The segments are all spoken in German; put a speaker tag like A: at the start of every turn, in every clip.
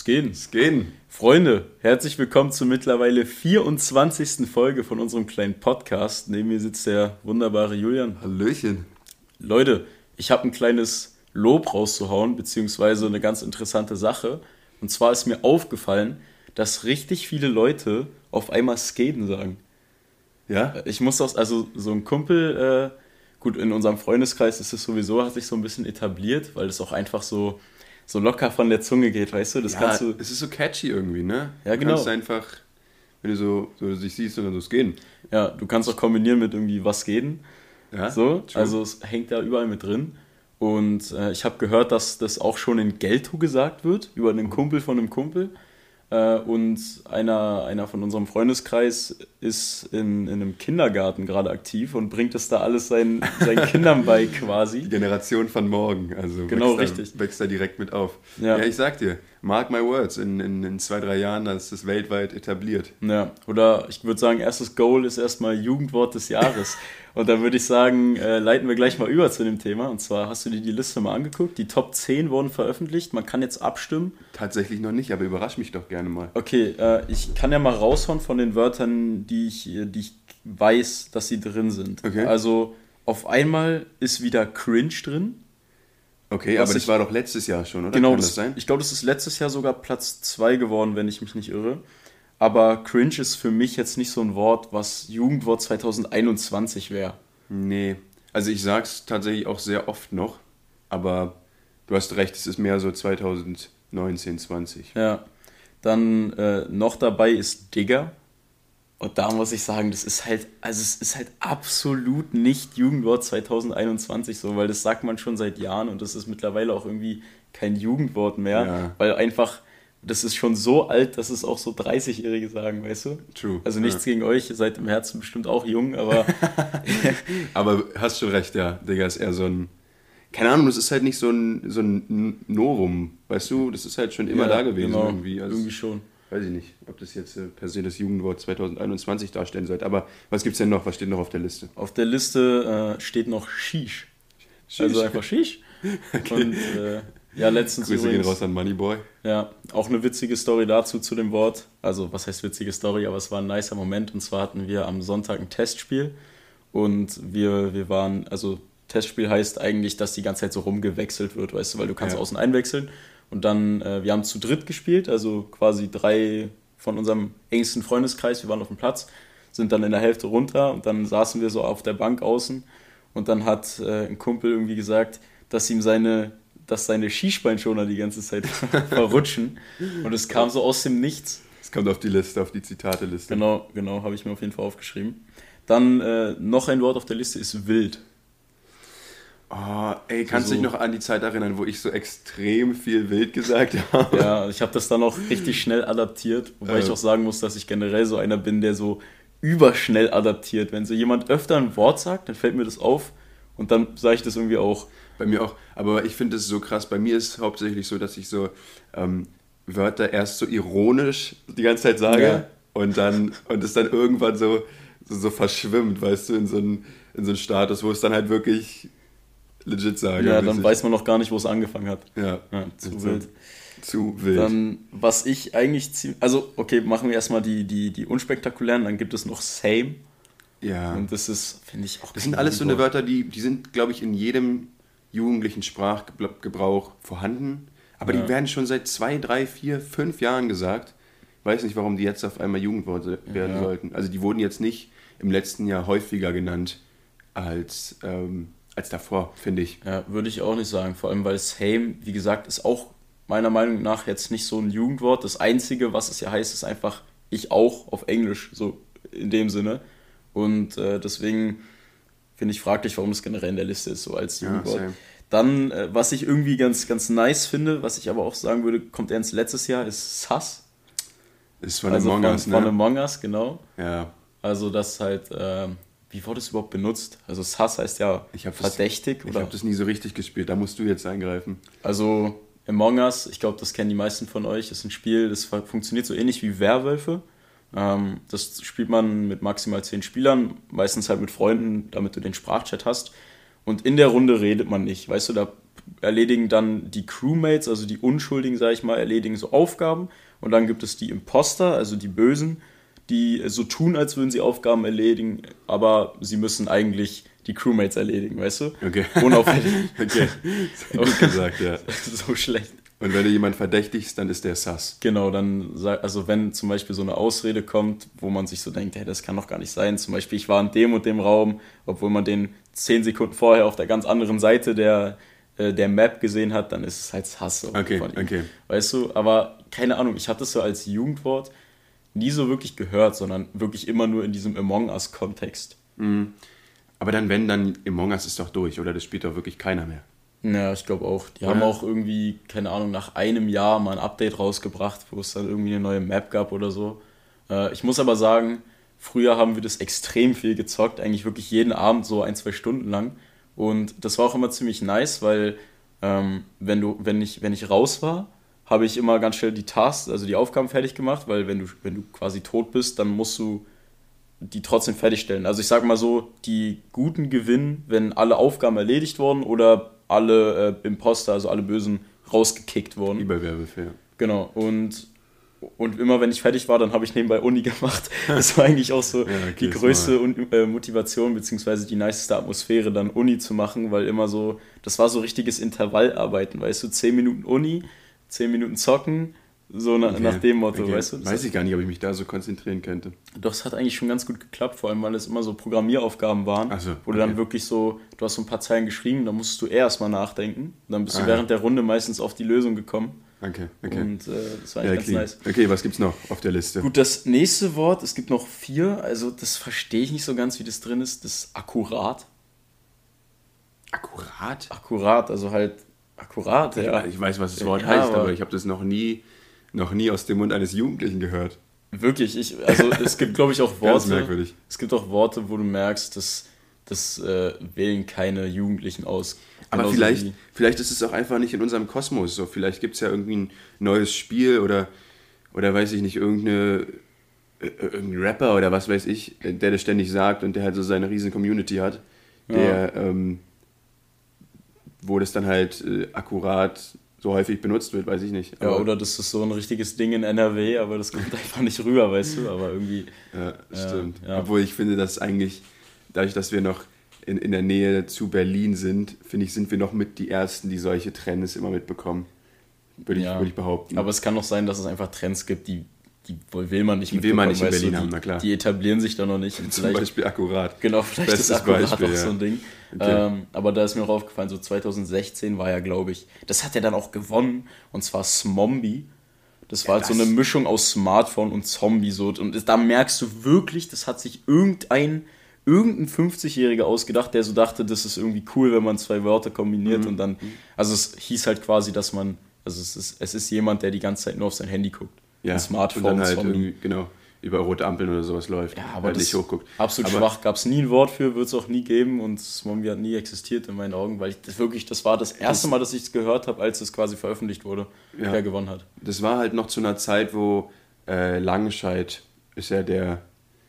A: gehen?
B: Es gehen.
A: Freunde, herzlich willkommen zur mittlerweile 24. Folge von unserem kleinen Podcast. Neben mir sitzt der wunderbare Julian.
B: Hallöchen.
A: Leute, ich habe ein kleines Lob rauszuhauen, beziehungsweise eine ganz interessante Sache. Und zwar ist mir aufgefallen, dass richtig viele Leute auf einmal skaten sagen.
B: Ja?
A: Ich muss auch, also so ein Kumpel, gut, in unserem Freundeskreis ist es sowieso, hat sich so ein bisschen etabliert, weil es auch einfach so locker von der Zunge geht, weißt du? Das
B: Ja,
A: kannst du.
B: es ist so catchy irgendwie, ne?
A: Ja, genau.
B: Du kannst einfach, wenn du so dich siehst und dann so skaten.
A: Ja, du kannst auch kombinieren mit irgendwie was gehen.
B: Ja,
A: So,
B: true.
A: also es hängt da überall mit drin. Und ich habe gehört, dass das auch schon in Gelto gesagt wird, über einen Kumpel von einem Kumpel. Und einer von unserem Freundeskreis ist in einem Kindergarten gerade aktiv und bringt es da alles seinen Kindern bei quasi.
B: Die Generation von morgen, also
A: Genau,
B: wächst da direkt mit auf.
A: Ja.
B: Ja, ich sag dir, mark my words, in 2-3 Jahren ist das weltweit etabliert.
A: Ja, oder ich würde sagen, erstes Goal ist erstmal Jugendwort des Jahres. Und dann würde ich sagen, leiten wir gleich mal über zu dem Thema. Und zwar hast du dir die Liste mal angeguckt. Die Top 10 wurden veröffentlicht. Man kann jetzt abstimmen.
B: Tatsächlich noch nicht, aber überrasch mich doch gerne mal.
A: Okay, ich kann ja mal raushauen von den Wörtern, die ich weiß, dass sie drin sind.
B: Okay.
A: Also auf einmal ist wieder Cringe drin.
B: Okay,
A: Was
B: aber das
A: ich-
B: war doch letztes Jahr schon, oder?
A: Genau,
B: Kann das sein?
A: ich glaube, das ist letztes Jahr sogar Platz 2 geworden, wenn ich mich nicht irre. Aber Cringe ist für mich jetzt nicht so ein Wort, was Jugendwort 2021 wäre.
B: Nee, also ich sag's tatsächlich auch sehr oft noch, aber du hast recht, es ist mehr so 2019, 20.
A: Ja, dann noch dabei ist Digger. Und da muss ich sagen, das ist halt, also es ist halt absolut nicht Jugendwort 2021 so, weil das sagt man schon seit Jahren und das ist mittlerweile auch irgendwie kein Jugendwort mehr,
B: Ja.
A: weil einfach, das ist schon so alt, dass es auch so 30-Jährige sagen, weißt du?
B: True.
A: Also nichts gegen euch, ihr seid im Herzen bestimmt auch jung, aber
B: Aber hast schon recht, ja, Digga, ist eher so ein, keine Ahnung, das ist halt nicht so ein Novum, weißt du, das ist halt schon immer
A: ja,
B: da gewesen
A: genau,
B: irgendwie. Also,
A: irgendwie schon.
B: weiß ich nicht, ob das jetzt per se das Jugendwort 2021 darstellen sollte, aber was gibt's denn noch, was steht noch auf der Liste?
A: Auf der Liste steht noch Shish. Also einfach Shish. Und ja, letztens
B: Grüße gehen
A: übrigens,
B: raus an Moneyboy.
A: ja, auch eine witzige Story dazu zu dem Wort. Also, was heißt witzige Story, aber es war ein nicer Moment. Und zwar hatten wir am Sonntag ein Testspiel und wir waren, also Testspiel heißt eigentlich, dass die ganze Zeit so rumgewechselt wird, weißt du, weil du kannst
B: Ja.
A: außen einwechseln. Und dann, wir haben zu dritt gespielt, also quasi 3 von unserem engsten Freundeskreis, wir waren auf dem Platz, sind dann in der Hälfte runter und dann saßen wir so auf der Bank außen und dann hat ein Kumpel irgendwie gesagt, dass seine Skispeinschoner die ganze Zeit verrutschen und es kam so aus dem Nichts.
B: Es kommt auf die Liste, auf die Zitate-Liste.
A: Genau, habe ich mir auf jeden Fall aufgeschrieben. Dann noch ein Wort auf der Liste ist wild.
B: Oh, ey, kannst du
A: So-
B: dich noch an die Zeit erinnern, wo ich so extrem viel wild gesagt habe?
A: Ja, ich habe das dann auch richtig schnell adaptiert, wobei ich auch sagen muss, dass ich generell so einer bin, der so überschnell adaptiert. Wenn so jemand öfter ein Wort sagt, dann fällt mir das auf und dann sage ich das irgendwie auch.
B: Bei mir auch, aber ich finde das so krass. Bei mir ist es hauptsächlich so, dass ich so Wörter erst so ironisch die ganze Zeit sage
A: Ja.
B: und es dann irgendwann so verschwimmt, weißt du, in so einen Status, wo es dann halt wirklich legit sage.
A: Ja, dann
B: mäßig.
A: weiß man noch gar nicht, wo es angefangen hat.
B: Ja,
A: Ja, zu
B: So
A: wild.
B: Zu wild.
A: Dann, was ich eigentlich also okay, machen wir erstmal die unspektakulären, dann gibt es noch same
B: ja.
A: und das ist, finde ich, auch
B: Das sind
A: kein
B: alles so eine
A: Jugendwort.
B: Wörter, die sind, glaube ich, in jedem jugendlichen Sprachgebrauch vorhanden. Aber
A: Ja.
B: die werden schon seit 2, 3, 4, 5 Jahren gesagt. Ich weiß nicht, warum die jetzt auf einmal Jugendworte werden
A: Ja.
B: sollten. Also die wurden jetzt nicht im letzten Jahr häufiger genannt als davor, finde ich.
A: Ja, würde ich auch nicht sagen. Vor allem, weil same, wie gesagt, ist auch meiner Meinung nach jetzt nicht so ein Jugendwort. Das Einzige, was es ja heißt, ist einfach ich auch auf Englisch, so in dem Sinne. Und deswegen finde ich fraglich, warum es generell in der Liste ist, so als
B: Ja,
A: Jugendwort.
B: same.
A: Dann, was ich irgendwie ganz, ganz nice finde, was ich aber auch sagen würde, kommt eher ins letztes Jahr, ist Sus.
B: Ist von
A: Also
B: Among Us,
A: von
B: ne?
A: Among Us, genau.
B: Ja,
A: Also das halt, wie wurde es überhaupt benutzt? Also Sus heißt ja
B: Ich hab das-
A: verdächtig,
B: ich
A: oder?
B: habe das nie so richtig gespielt. Da musst du jetzt eingreifen.
A: Also Among Us, ich glaube, das kennen die meisten von euch, ist ein Spiel, das funktioniert so ähnlich wie Werwölfe. Das spielt man mit maximal 10 Spielern, meistens halt mit Freunden, damit du den Sprachchat hast. Und in der Runde redet man nicht, weißt du, da erledigen dann die Crewmates, also die Unschuldigen, sag ich mal, erledigen so Aufgaben. Und dann gibt es die Imposter, also die Bösen, die so tun, als würden sie Aufgaben erledigen, aber sie müssen eigentlich die Crewmates erledigen, weißt du?
B: Okay.
A: Unauffällig.
B: Okay, sehr gut gesagt, ja.
A: So schlecht.
B: Und wenn du jemanden verdächtigst, dann ist der sus.
A: Genau, dann, also wenn zum Beispiel so eine Ausrede kommt, wo man sich so denkt, hey, das kann doch gar nicht sein. Zum Beispiel, ich war in dem und dem Raum, obwohl man den 10 Sekunden vorher auf der ganz anderen Seite der Map gesehen hat, dann ist es halt Hass.
B: Okay, okay.
A: Weißt du, aber keine Ahnung, ich hatte es so als Jugendwort nie so wirklich gehört, sondern wirklich immer nur in diesem Among Us-Kontext.
B: Mhm. Aber dann Among Us ist doch durch, oder? Das spielt doch wirklich keiner mehr.
A: Ja, ich glaube auch. Die haben auch irgendwie, keine Ahnung, nach einem Jahr mal ein Update rausgebracht, wo es dann irgendwie eine neue Map gab oder so. Ich muss aber sagen, früher haben wir das extrem viel gezockt, eigentlich wirklich jeden Abend so 1-2 Stunden lang. Und das war auch immer ziemlich nice, weil wenn ich raus war, habe ich immer ganz schnell die Tasks, also die Aufgaben fertig gemacht, weil wenn du quasi tot bist, dann musst du die trotzdem fertigstellen. Also ich sag mal so, die Guten gewinnen, wenn alle Aufgaben erledigt wurden oder alle Imposter, also alle Bösen, rausgekickt wurden.
B: Überwerbefehl.
A: Genau, und immer wenn ich fertig war, dann habe ich nebenbei Uni gemacht. Das war eigentlich auch so die größte Motivation, beziehungsweise die niceste Atmosphäre, dann Uni zu machen, weil immer so, das war so richtiges Intervallarbeiten, weißt du, 10 Minuten Uni, 10 Minuten zocken, so nach dem Motto, weißt du?
B: Weiß ich gar nicht, ob ich mich da so konzentrieren könnte.
A: Doch, es hat eigentlich schon ganz gut geklappt, vor allem, weil es immer so Programmieraufgaben waren, wo du dann wirklich so, du hast so ein paar Zeilen geschrieben, dann musstest du erstmal nachdenken, dann bist du während der Runde meistens auf die Lösung gekommen.
B: Okay.
A: Und das war eigentlich ganz nice.
B: Okay, was gibt's noch auf der Liste?
A: Gut, das nächste Wort, es gibt noch 4, also das verstehe ich nicht so ganz, wie das drin ist, das ist akkurat.
B: Akkurat?
A: Akkurat, also halt akkurat, ja.
B: Ich weiß, was das Wort heißt, aber ich habe das noch nie aus dem Mund eines Jugendlichen gehört.
A: Wirklich, also es gibt, glaube ich, auch Worte.
B: Ganz merkwürdig.
A: Es gibt auch Worte, wo du merkst, das wählen keine Jugendlichen aus.
B: Aber vielleicht ist es auch einfach nicht in unserem Kosmos so. Vielleicht gibt es ja irgendwie ein neues Spiel oder weiß ich nicht, irgendein Rapper oder was weiß ich, der das ständig sagt und der halt so seine riesen Community hat, wo das dann halt akkurat so häufig benutzt wird, weiß ich nicht.
A: Aber oder das ist so ein richtiges Ding in NRW, aber das kommt einfach nicht rüber, weißt du, aber irgendwie...
B: Ja, stimmt. Ja. Obwohl ich finde, dass eigentlich, dadurch, dass wir noch in der Nähe zu Berlin sind, finde ich, sind wir noch mit die Ersten, die solche Trends immer mitbekommen. Würde ich behaupten.
A: Aber es kann auch sein, dass es einfach Trends gibt, die will man nicht
B: in Berlin haben, na klar.
A: Die etablieren sich da noch nicht.
B: Zum Beispiel akkurat.
A: Genau, vielleicht ist akkurat auch so ein Ding.
B: Okay.
A: Aber da ist mir auch aufgefallen, so 2016 war ja, glaube ich, das hat er dann auch gewonnen, und zwar Smombie. Das war halt so eine Mischung aus Smartphone und Zombie. So. Und da merkst du wirklich, das hat sich irgendein 50-Jähriger ausgedacht, der so dachte, das ist irgendwie cool, wenn man 2 Wörter kombiniert und dann, also es hieß halt quasi, dass man, also es ist jemand, der die ganze Zeit nur auf sein Handy guckt.
B: Ja, ein Smartphone, und dann halt irgendwie, genau, über rote Ampeln oder sowas läuft.
A: Ja, aber
B: halt
A: das
B: nicht hochguckt.
A: Absolut schwach, gab es nie ein Wort für, wird es auch nie geben, und Smombie hat nie existiert in meinen Augen, weil das war das erste Mal, dass ich es gehört habe, als es quasi veröffentlicht wurde, wer gewonnen hat.
B: Das war halt noch zu einer Zeit, wo Langenscheidt ist ja der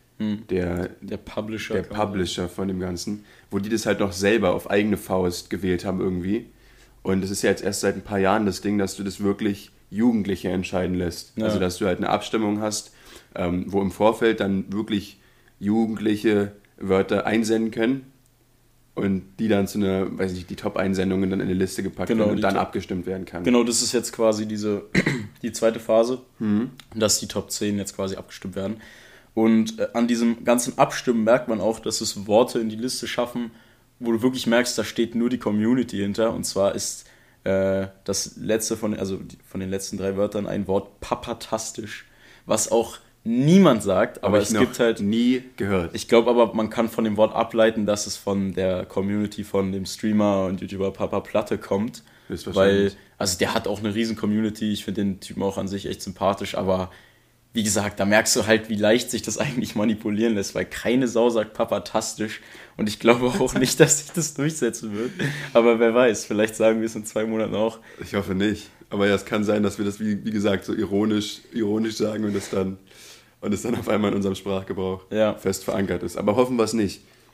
B: Publisher von dem Ganzen, wo die das halt noch selber auf eigene Faust gewählt haben irgendwie. Und das ist ja jetzt erst seit ein paar Jahren das Ding, dass du das wirklich Jugendliche entscheiden lässt. Ja. Also dass du halt eine Abstimmung hast, wo im Vorfeld dann wirklich Jugendliche Wörter einsenden können und die dann zu einer, weiß nicht, die Top-Einsendungen dann in eine Liste gepackt werden und dann abgestimmt werden kann.
A: Genau, das ist jetzt quasi die zweite Phase, dass die Top 10 jetzt quasi abgestimmt werden. Und an diesem ganzen Abstimmen merkt man auch, dass es Worte in die Liste schaffen, wo du wirklich merkst, da steht nur die Community hinter. Und zwar ist das letzte von den letzten 3 Wörtern ein Wort papatastisch, was auch niemand sagt, aber es gibt halt
B: nie gehört.
A: Ich glaube aber, man kann von dem Wort ableiten, dass es von der Community von dem Streamer und YouTuber Papa Platte kommt, weil also der hat auch eine riesen Community. Ich finde den Typen auch an sich echt sympathisch, aber wie gesagt, da merkst du halt, wie leicht sich das eigentlich manipulieren lässt, weil keine Sau sagt papatastisch, und ich glaube auch nicht, dass sich das durchsetzen wird. Aber wer weiß, vielleicht sagen wir es in 2 Monaten auch.
B: Ich hoffe nicht. Aber ja, es kann sein, dass wir das, wie gesagt, so ironisch sagen und es dann auf einmal in unserem Sprachgebrauch fest verankert ist. Aber hoffen wir es nicht.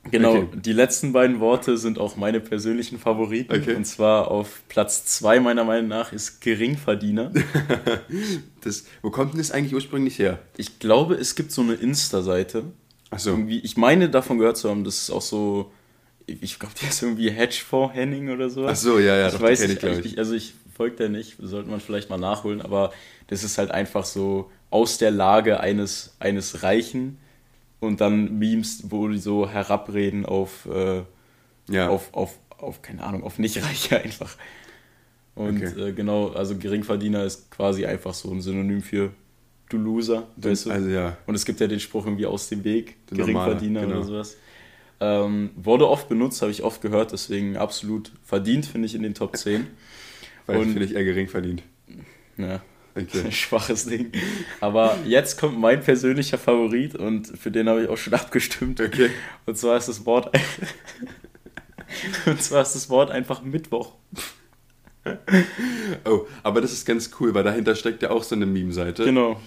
A: Genau,
B: Okay.
A: die letzten beiden Worte sind auch meine persönlichen Favoriten.
B: Okay.
A: Und zwar auf Platz 2 meiner Meinung nach ist Geringverdiener.
B: Wo kommt denn das eigentlich ursprünglich her?
A: Ich glaube, es gibt so eine Insta-Seite.
B: Ach so.
A: Irgendwie, ich meine davon gehört zu haben, das ist auch so, ich glaube, die ist irgendwie Hedgefonds Henning oder sowas.
B: Ach so, ja,
A: Ich
B: doch,
A: weiß
B: die kenn
A: nicht,
B: ich, glaub ich.
A: also ich folge der nicht, sollte man vielleicht mal nachholen, aber das ist halt einfach so aus der Lage eines Reichen und dann Memes, wo die so herabreden
B: Ja,
A: auf keine Ahnung, auf Nicht-Reiche einfach. Und
B: okay.
A: genau, also Geringverdiener ist quasi einfach so ein Synonym für du Loser, weißt du?
B: Also ja,
A: Und es gibt ja den Spruch irgendwie aus dem Weg,
B: der Normaler,
A: Geringverdiener
B: genau.
A: oder sowas. Wurde oft benutzt, habe ich oft gehört, deswegen absolut verdient, finde ich, in den Top 10.
B: Weil
A: Und-
B: finde ich eher gering verdient.
A: Ja,
B: Okay.
A: schwaches Ding. Aber jetzt kommt mein persönlicher Favorit und für den habe ich auch schon abgestimmt.
B: Okay.
A: Und zwar ist das Wort, einfach Mittwoch.
B: Oh, aber das ist ganz cool, weil dahinter steckt ja auch so eine Meme-Seite.
A: Genau.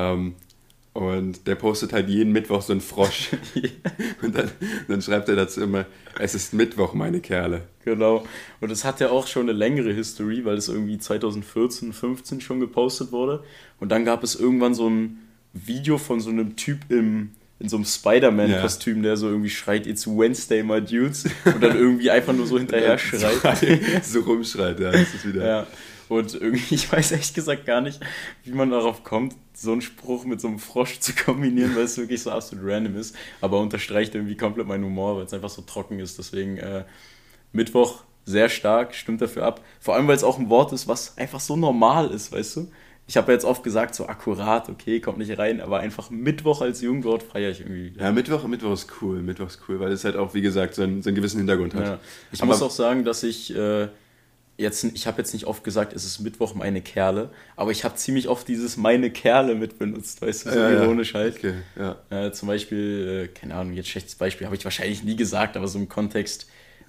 B: Und der postet halt jeden Mittwoch so einen Frosch. Und dann schreibt er dazu immer, es ist Mittwoch, meine Kerle.
A: Genau. Und es hat ja auch schon eine längere History, weil es irgendwie 2014, 15 schon gepostet wurde. Und dann gab es irgendwann so ein Video von so einem Typ in so einem Spider-Man-Kostüm, der so irgendwie schreit, It's Wednesday, my dudes. Und dann irgendwie einfach nur so hinterher schreit.
B: So rumschreit, ja, das ist wieder.
A: Ja. Und irgendwie, ich weiß ehrlich gesagt gar nicht, wie man darauf kommt, so einen Spruch mit so einem Frosch zu kombinieren, weil es wirklich so absolut random ist. Aber unterstreicht irgendwie komplett meinen Humor, weil es einfach so trocken ist. Deswegen Mittwoch sehr stark, stimmt dafür ab. Vor allem, weil es auch ein Wort ist, was einfach so normal ist, weißt du? Ich habe ja jetzt oft gesagt, so akkurat, okay, kommt nicht rein, aber einfach Mittwoch als Jugendwort feiere ich irgendwie.
B: Ja, Mittwoch ist cool. Mittwoch ist cool, weil es halt auch, wie gesagt, so einen gewissen Hintergrund hat.
A: Ja. Ich
B: Aber-
A: muss auch sagen, dass ich ich habe jetzt nicht oft gesagt, es ist Mittwoch meine Kerle, aber ich habe ziemlich oft dieses meine Kerle mit benutzt, weißt du, so
B: Ja, ja.
A: ironisch halt.
B: Okay, ja.
A: Zum Beispiel, keine Ahnung, jetzt schlechtes Beispiel, habe ich wahrscheinlich nie gesagt, aber so im Kontext,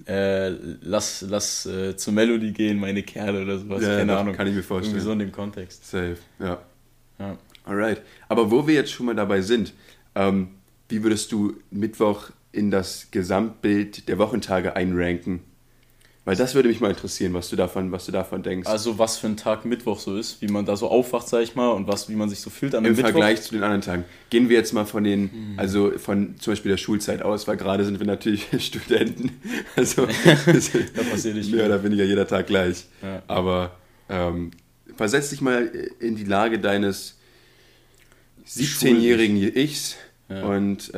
A: lass zur Melodie gehen, meine Kerle oder sowas,
B: Ja,
A: keine
B: doch,
A: Ahnung.
B: kann ich mir vorstellen.
A: Irgendwie so in dem Kontext.
B: Safe, ja.
A: Ja.
B: Alright. Aber wo wir jetzt schon mal dabei sind, wie würdest du Mittwoch in das Gesamtbild der Wochentage einranken? Weil das würde mich mal interessieren, was du davon denkst.
A: Also was für ein Tag Mittwoch so ist, wie man da so aufwacht, sag ich mal, und wie man sich so fühlt an einem
B: Im
A: Mittwoch.
B: Vergleich zu den anderen Tagen. Gehen wir jetzt mal also von zum Beispiel der Schulzeit aus, weil gerade sind wir natürlich Studenten. Also
A: Da passiert nicht
B: mehr
A: viel.
B: oder weniger jeder Tag gleich.
A: Ja.
B: Aber versetz dich mal in die Lage deines 17-jährigen Ichs
A: Ja.
B: und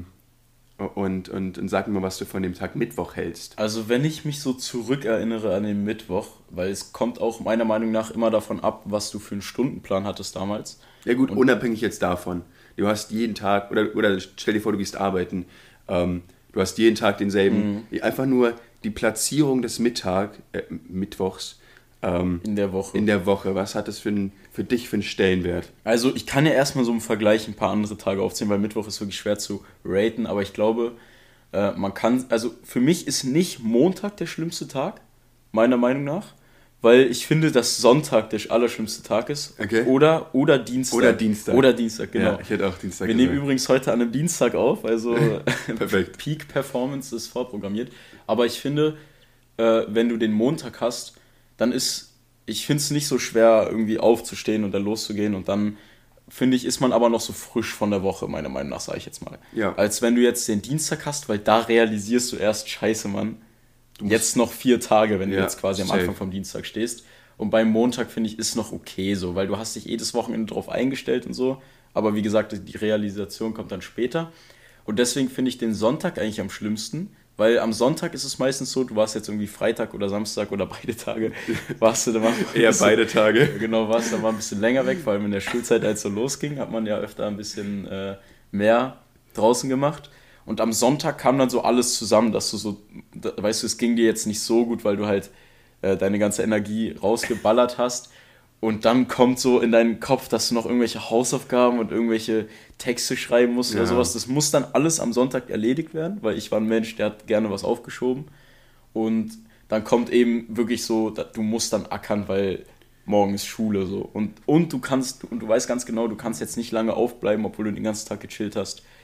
B: sag mir mal, was du von dem Tag Mittwoch hältst.
A: Also wenn ich mich so zurückerinnere an den Mittwoch, weil es kommt auch meiner Meinung nach immer davon ab, was du für einen Stundenplan hattest damals.
B: Ja gut, unabhängig jetzt davon. Du hast jeden Tag, oder stell dir vor, du gehst arbeiten, du hast jeden Tag denselben, einfach nur die Platzierung des Mittwochs
A: In der Woche.
B: in der Woche. Was hat das für dich für einen Stellenwert?
A: Also ich kann ja erstmal so im Vergleich ein paar andere Tage aufzählen, weil Mittwoch ist wirklich schwer zu raten, aber ich glaube, man kann, also für mich ist nicht Montag der schlimmste Tag, meiner Meinung nach, weil ich finde, dass Sonntag der allerschlimmste Tag ist.
B: Okay.
A: Oder Dienstag.
B: Oder Dienstag.
A: Oder Dienstag, genau.
B: Ja, ich hätte auch Dienstag
A: Wir nehmen übrigens heute an einem Dienstag auf, also
B: Perfekt.
A: Peak Performance ist vorprogrammiert. Aber ich finde, wenn du den Montag hast, dann ich finde es nicht so schwer, irgendwie aufzustehen und dann loszugehen und dann, finde ich, ist man aber noch so frisch von der Woche, meiner Meinung nach, sage ich jetzt mal.
B: Ja.
A: Als wenn du jetzt den Dienstag hast, weil da realisierst du erst, scheiße, Mann, jetzt noch 4 Tage, wenn du
B: Ja,
A: jetzt quasi am
B: safe.
A: Anfang vom Dienstag stehst. Und beim Montag, finde ich, ist noch okay so, weil du hast dich jedes Wochenende drauf eingestellt und so. Aber wie gesagt, die Realisation kommt dann später. Und deswegen finde ich den Sonntag eigentlich am schlimmsten, weil am Sonntag ist es meistens so, du warst jetzt irgendwie Freitag oder Samstag oder beide Tage, warst du da mal
B: Eher beide Tage.
A: Genau, warst da mal ein bisschen länger weg, vor allem in der Schulzeit, als es so losging, hat man ja öfter ein bisschen mehr draußen gemacht. Und am Sonntag kam dann so alles zusammen, dass du so, weißt du, es ging dir jetzt nicht so gut, weil du halt deine ganze Energie rausgeballert hast. Und dann kommt so in deinen Kopf, dass du noch irgendwelche Hausaufgaben und irgendwelche Texte schreiben musst oder
B: Ja.
A: sowas. Das muss dann alles am Sonntag erledigt werden, weil ich war ein Mensch, der hat gerne was aufgeschoben. Und dann kommt eben wirklich so, du musst dann ackern, weil morgen ist Schule so. Und du weißt ganz genau, du kannst jetzt nicht lange aufbleiben, obwohl du den ganzen Tag gechillt hast.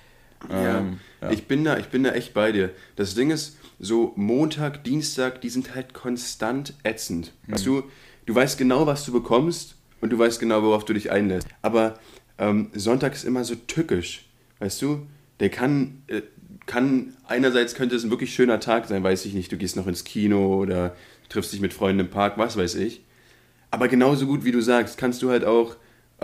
B: Ja. Ich bin da echt bei dir. Das Ding ist, so Montag, Dienstag, die sind halt konstant ätzend. Weißt du weißt genau, was du bekommst und du weißt genau, worauf du dich einlässt. Aber Sonntag ist immer so tückisch. Weißt du, der kann einerseits könnte es ein wirklich schöner Tag sein, weiß ich nicht, du gehst noch ins Kino oder triffst dich mit Freunden im Park, was weiß ich. Aber genauso gut, wie du sagst, kannst du halt auch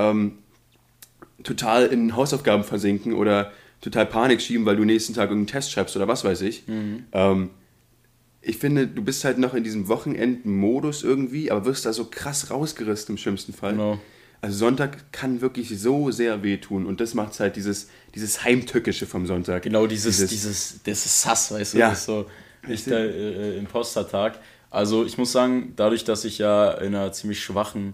B: total in Hausaufgaben versinken oder total Panik schieben, weil du nächsten Tag irgendeinen Test schreibst oder was weiß ich. Ich finde, du bist halt noch in diesem Wochenendmodus irgendwie, aber wirst da so krass rausgerissen im schlimmsten Fall. Genau. Also Sonntag kann wirklich so sehr wehtun und das macht halt dieses Heimtückische vom Sonntag.
A: Genau, dieses Sass, weißt du, das ist so echter Impostertag. Also ich muss sagen, dadurch, dass ich ja in einer ziemlich schwachen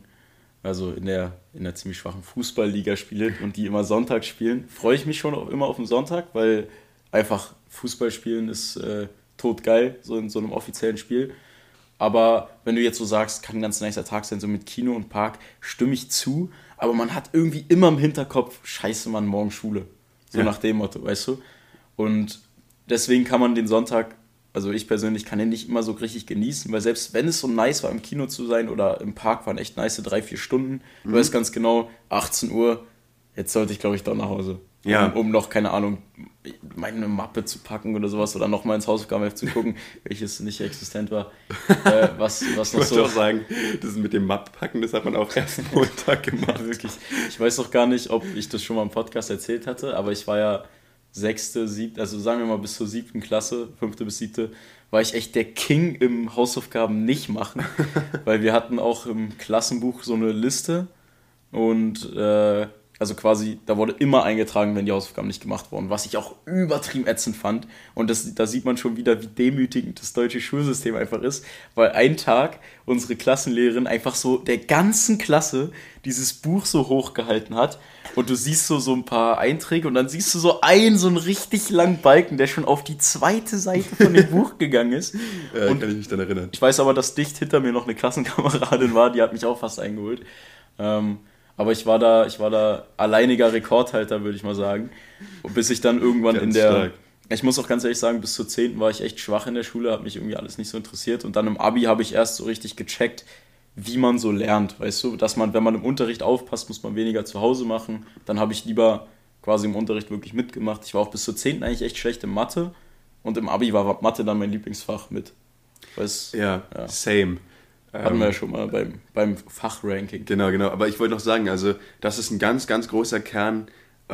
A: Fußballliga spiele und die immer Sonntag spielen, freue ich mich schon auch immer auf den Sonntag, weil einfach Fußball spielen ist totgeil, so in so einem offiziellen Spiel. Aber wenn du jetzt so sagst, kann ein ganz nicer Tag sein, so mit Kino und Park, stimme ich zu. Aber man hat irgendwie immer im Hinterkopf, scheiße, Mann, morgen Schule. So nach dem Motto, weißt du? Und deswegen kann man den Sonntag, also ich persönlich kann den nicht immer so richtig genießen, weil selbst wenn es so nice war, im Kino zu sein oder im Park, waren echt nice 3-4 Stunden. Du weißt ganz genau, 18 Uhr, jetzt sollte ich, glaube ich, doch nach Hause. Ja. Um noch, keine Ahnung, meine Mappe zu packen oder sowas oder noch mal ins Hausaufgabenheft zu gucken, welches nicht existent war. Was noch
B: ich wollte auch sagen, das mit dem Mappe-Packen, das hat man auch erst Montag gemacht.
A: Wirklich. Ich weiß auch gar nicht, ob ich das schon mal im Podcast erzählt hatte, aber ich war ja 6., 7., also sagen wir mal bis zur 7. Klasse, 5. bis 7., war ich echt der King im Hausaufgaben nicht machen, weil wir hatten auch im Klassenbuch so eine Liste und also quasi, da wurde immer eingetragen, wenn die Hausaufgaben nicht gemacht wurden, was ich auch übertrieben ätzend fand. Und da sieht man schon wieder, wie demütigend das deutsche Schulsystem einfach ist, weil einen Tag unsere Klassenlehrerin einfach so der ganzen Klasse dieses Buch so hochgehalten hat und du siehst so ein paar Einträge und dann siehst du so einen richtig langen Balken, der schon auf die 2. Seite von dem Buch gegangen ist.
B: Ja, und kann ich mich dann erinnern.
A: Ich weiß aber, dass dicht hinter mir noch eine Klassenkameradin war, die hat mich auch fast eingeholt. Aber ich war da alleiniger Rekordhalter, würde ich mal sagen. Bis ich dann irgendwann ganz stark. Ich muss auch ganz ehrlich sagen, bis zur 10. war ich echt schwach in der Schule, hat mich irgendwie alles nicht so interessiert. Und dann im Abi habe ich erst so richtig gecheckt, wie man so lernt, weißt du? Dass man, wenn man im Unterricht aufpasst, muss man weniger zu Hause machen. Dann habe ich lieber quasi im Unterricht wirklich mitgemacht. Ich war auch bis zur 10. eigentlich echt schlecht in Mathe. Und im Abi war Mathe dann mein Lieblingsfach mit.
B: Ja, same.
A: Hatten wir ja schon mal beim Fachranking.
B: Genau. Aber ich wollte noch sagen, also das ist ein ganz, ganz großer Kern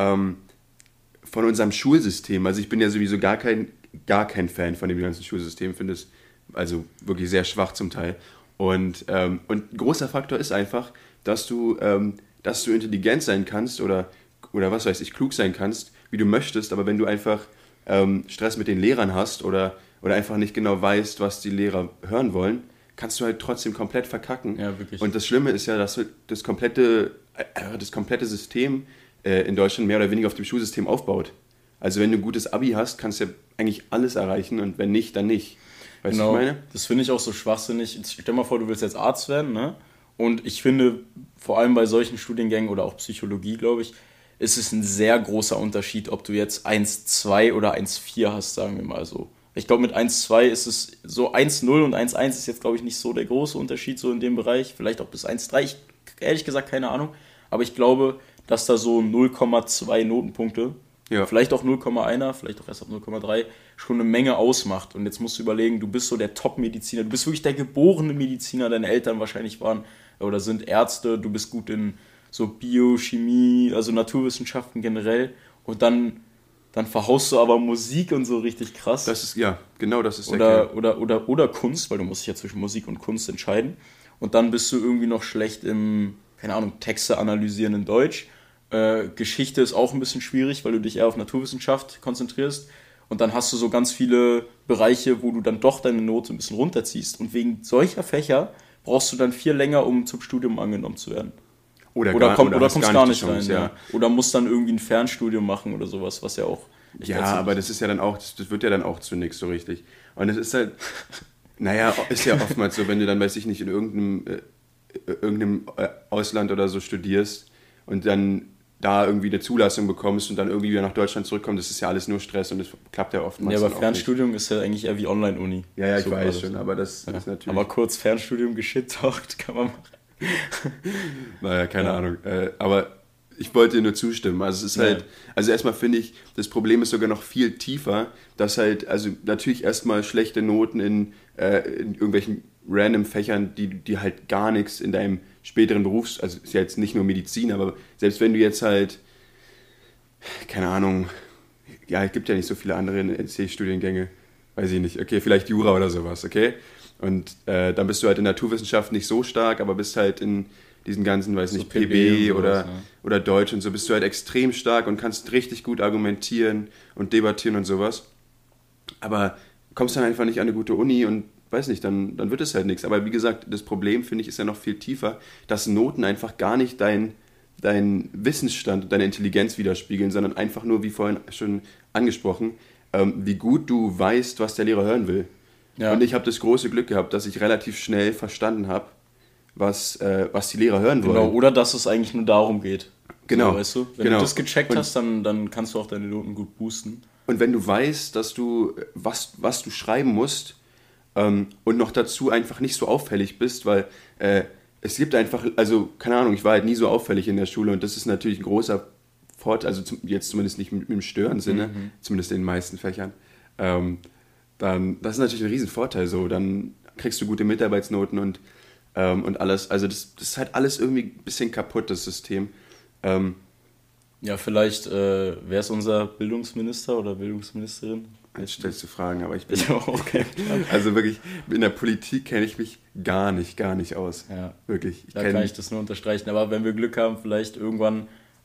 B: von unserem Schulsystem. Also ich bin ja sowieso gar kein Fan von dem ganzen Schulsystem. Finde es also wirklich sehr schwach zum Teil. Und ein großer Faktor ist einfach, dass du intelligent sein kannst oder was weiß ich, klug sein kannst, wie du möchtest. Aber wenn du einfach Stress mit den Lehrern hast oder einfach nicht genau weißt, was die Lehrer hören wollen, kannst du halt trotzdem komplett verkacken.
A: Ja, wirklich.
B: Und das Schlimme ist ja, dass das komplette System in Deutschland mehr oder weniger auf dem Schulsystem aufbaut. Also wenn du ein gutes Abi hast, kannst du ja eigentlich alles erreichen und wenn nicht, dann nicht. Weißt du, was ich meine?
A: Das finde ich auch so schwachsinnig. Stell dir mal vor, du willst jetzt Arzt werden, ne? Und ich finde, vor allem bei solchen Studiengängen oder auch Psychologie, glaube ich, ist es ein sehr großer Unterschied, ob du jetzt 1,2 oder 1,4 hast, sagen wir mal so. Ich glaube, mit 1,2 ist es so 1,0 und 1,1 ist jetzt, glaube ich, nicht so der große Unterschied so in dem Bereich. Vielleicht auch bis 1,3, ich ehrlich gesagt keine Ahnung. Aber ich glaube, dass da so 0,2 Notenpunkte, vielleicht auch 0,1er, vielleicht auch erst ab 0,3, schon eine Menge ausmacht. Und jetzt musst du überlegen, du bist so der Top-Mediziner, du bist wirklich der geborene Mediziner, deine Eltern wahrscheinlich waren oder sind Ärzte, du bist gut in so Biochemie, also Naturwissenschaften generell. Und dann verhaust du aber Musik und so richtig krass.
B: Das ist der Kern.
A: Oder Kunst, weil du musst dich ja zwischen Musik und Kunst entscheiden. Und dann bist du irgendwie noch schlecht im, keine Ahnung, Texte analysieren in Deutsch. Geschichte ist auch ein bisschen schwierig, weil du dich eher auf Naturwissenschaft konzentrierst. Und dann hast du so ganz viele Bereiche, wo du dann doch deine Note ein bisschen runterziehst. Und wegen solcher Fächer brauchst du dann viel länger, um zum Studium angenommen zu werden. Oder kommst gar nicht rein. Ja. Oder musst dann irgendwie ein Fernstudium machen oder sowas, was ja auch...
B: aber das ist ja dann auch, das wird ja dann auch zu nichts so richtig. Und es ist halt, ist ja oftmals so, wenn du dann, weiß ich nicht, in irgendeinem Ausland oder so studierst und dann da irgendwie eine Zulassung bekommst und dann irgendwie wieder nach Deutschland zurückkommst, das ist ja alles nur Stress und das klappt ja oftmals.
A: Ja, aber Fernstudium ist ja eigentlich eher wie Online-Uni.
B: Ja, ich
A: so
B: weiß schon, aber das ist natürlich...
A: Aber kurz Fernstudium geschittalkt kann man machen.
B: Naja, keine Ahnung. Aber ich wollte dir nur zustimmen. Also es ist halt, also erstmal finde ich, das Problem ist sogar noch viel tiefer, dass halt, also natürlich erstmal schlechte Noten in irgendwelchen random Fächern, die halt gar nichts in deinem späteren also ist ja jetzt nicht nur Medizin, aber selbst wenn du jetzt halt, keine Ahnung, ja, es gibt ja nicht so viele andere NC-Studiengänge, weiß ich nicht, okay, vielleicht Jura oder sowas, okay? Und dann bist du halt in Naturwissenschaften nicht so stark, aber bist halt in diesen ganzen, weiß nicht, so PB oder Deutsch und so, bist du halt extrem stark und kannst richtig gut argumentieren und debattieren und sowas. Aber kommst dann einfach nicht an eine gute Uni und weiß nicht, dann wird es halt nichts. Aber wie gesagt, das Problem, finde ich, ist ja noch viel tiefer, dass Noten einfach gar nicht dein Wissensstand und deine Intelligenz widerspiegeln, sondern einfach nur, wie vorhin schon angesprochen, wie gut du weißt, was der Lehrer hören will. Ja. Und ich habe das große Glück gehabt, dass ich relativ schnell verstanden habe, was die Lehrer hören wollen.
A: Genau, oder dass es eigentlich nur darum geht.
B: Genau.
A: So, weißt du? Wenn du das gecheckt hast, dann kannst du auch deine Noten gut boosten.
B: Und wenn du weißt, dass du was du schreiben musst, und noch dazu einfach nicht so auffällig bist, weil es gibt einfach, also keine Ahnung, ich war halt nie so auffällig in der Schule und das ist natürlich ein großer Vorteil, also jetzt zumindest nicht mit dem Stören-Sinne, zumindest in den meisten Fächern, dann, das ist natürlich ein Riesenvorteil so, dann kriegst du gute Mitarbeitsnoten und alles, also das ist halt alles irgendwie ein bisschen kaputt, das System.
A: Ja, vielleicht, wer ist unser Bildungsminister oder Bildungsministerin?
B: Jetzt stellst du Fragen, aber ich bin okay. Also wirklich, in der Politik kenne ich mich gar nicht aus.
A: Ja.
B: Wirklich.
A: Da kann ich das nur unterstreichen. Aber wenn wir Glück haben, vielleicht irgendwann,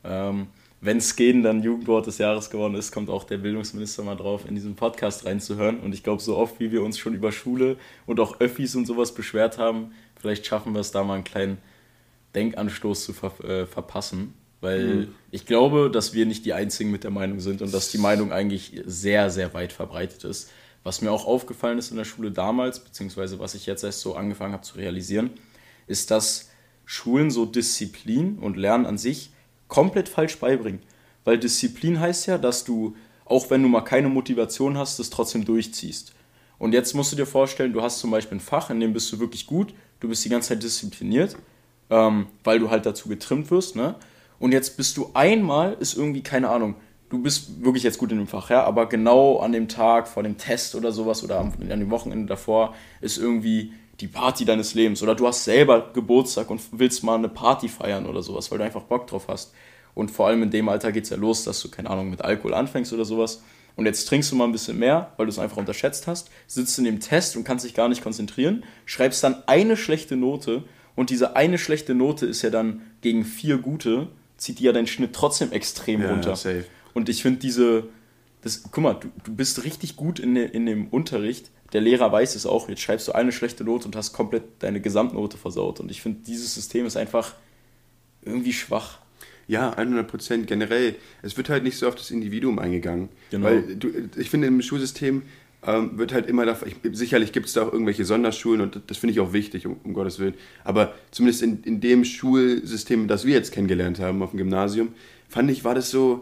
A: wenn Skeden dann Jugendwort des Jahres geworden ist, kommt auch der Bildungsminister mal drauf, in diesen Podcast reinzuhören. Und ich glaube, so oft, wie wir uns schon über Schule und auch Öffis und sowas beschwert haben, vielleicht schaffen wir es da mal einen kleinen Denkanstoß zu verpassen. Weil ich glaube, dass wir nicht die Einzigen mit der Meinung sind und dass die Meinung eigentlich sehr, sehr weit verbreitet ist. Was mir auch aufgefallen ist in der Schule damals, beziehungsweise was ich jetzt erst so angefangen habe zu realisieren, ist, dass Schulen so Disziplin und Lernen an sich komplett falsch beibringen. Weil Disziplin heißt ja, dass du, auch wenn du mal keine Motivation hast, das trotzdem durchziehst. Und jetzt musst du dir vorstellen, du hast zum Beispiel ein Fach, in dem bist du wirklich gut, du bist die ganze Zeit diszipliniert, weil du halt dazu getrimmt wirst, ne? Und jetzt bist du einmal, ist irgendwie, keine Ahnung, du bist wirklich jetzt gut in dem Fach, ja, aber genau an dem Tag vor dem Test oder sowas oder an dem Wochenende davor ist irgendwie die Party deines Lebens oder du hast selber Geburtstag und willst mal eine Party feiern oder sowas, weil du einfach Bock drauf hast. Und vor allem in dem Alter geht es ja los, dass du, keine Ahnung, mit Alkohol anfängst oder sowas. Und jetzt trinkst du mal ein bisschen mehr, weil du es einfach unterschätzt hast, sitzt in dem Test und kannst dich gar nicht konzentrieren, schreibst dann eine schlechte Note und diese eine schlechte Note ist ja dann gegen 4 gute, zieht dir ja deinen Schnitt trotzdem extrem runter. Safe. Und ich finde guck mal, du bist richtig gut in dem Unterricht, der Lehrer weiß es auch, jetzt schreibst du eine schlechte Note und hast komplett deine Gesamtnote versaut. Und ich finde, dieses System ist einfach irgendwie schwach.
B: Ja, 100% generell. Es wird halt nicht so auf das Individuum eingegangen.
A: Genau.
B: Weil ich finde, im Schulsystem wird halt immer sicherlich gibt es da auch irgendwelche Sonderschulen und das finde ich auch wichtig, um Gottes Willen. Aber zumindest in dem Schulsystem, das wir jetzt kennengelernt haben auf dem Gymnasium, fand ich, war das so,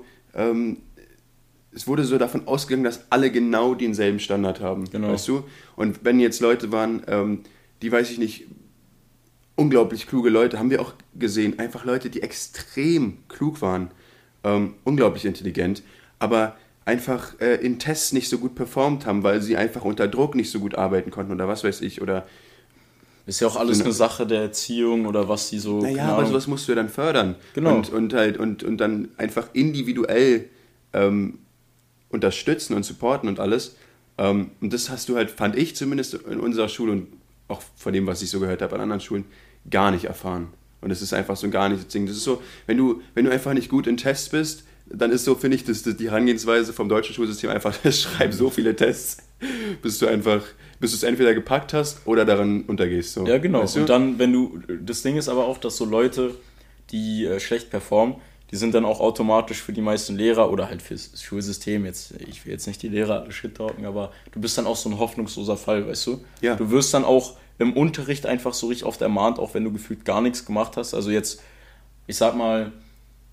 B: es wurde so davon ausgegangen, dass alle genau denselben Standard haben, genau. Weißt du? Und wenn jetzt Leute waren, die, weiß ich nicht, unglaublich kluge Leute, haben wir auch gesehen, einfach Leute, die extrem klug waren, unglaublich intelligent, aber einfach in Tests nicht so gut performt haben, weil sie einfach unter Druck nicht so gut arbeiten konnten oder was weiß ich. Oder
A: ist ja auch alles eine Sache der Erziehung oder was sie so...
B: Naja, aber sowas musst du ja dann fördern.
A: Genau.
B: Und dann einfach individuell unterstützen und supporten und alles. Und das hast du halt, fand ich zumindest in unserer Schule und auch von dem, was ich so gehört habe an anderen Schulen, gar nicht erfahren. Und es ist einfach so ein gar nichts Ding. Das ist so, wenn du einfach nicht gut in Tests bist, dann ist so, finde ich, dass die Herangehensweise vom deutschen Schulsystem einfach, schreib so viele Tests, bis du es entweder gepackt hast oder daran untergehst. So.
A: Ja, genau.
B: Weißt du?
A: Und dann, das Ding ist aber auch, dass so Leute, die schlecht performen, die sind dann auch automatisch für die meisten Lehrer oder halt fürs Schulsystem, ich will jetzt nicht die Lehrer alle shit talken, aber du bist dann auch so ein hoffnungsloser Fall, weißt du?
B: Ja.
A: Du wirst dann auch im Unterricht einfach so richtig oft ermahnt, auch wenn du gefühlt gar nichts gemacht hast. Also jetzt, ich sag mal,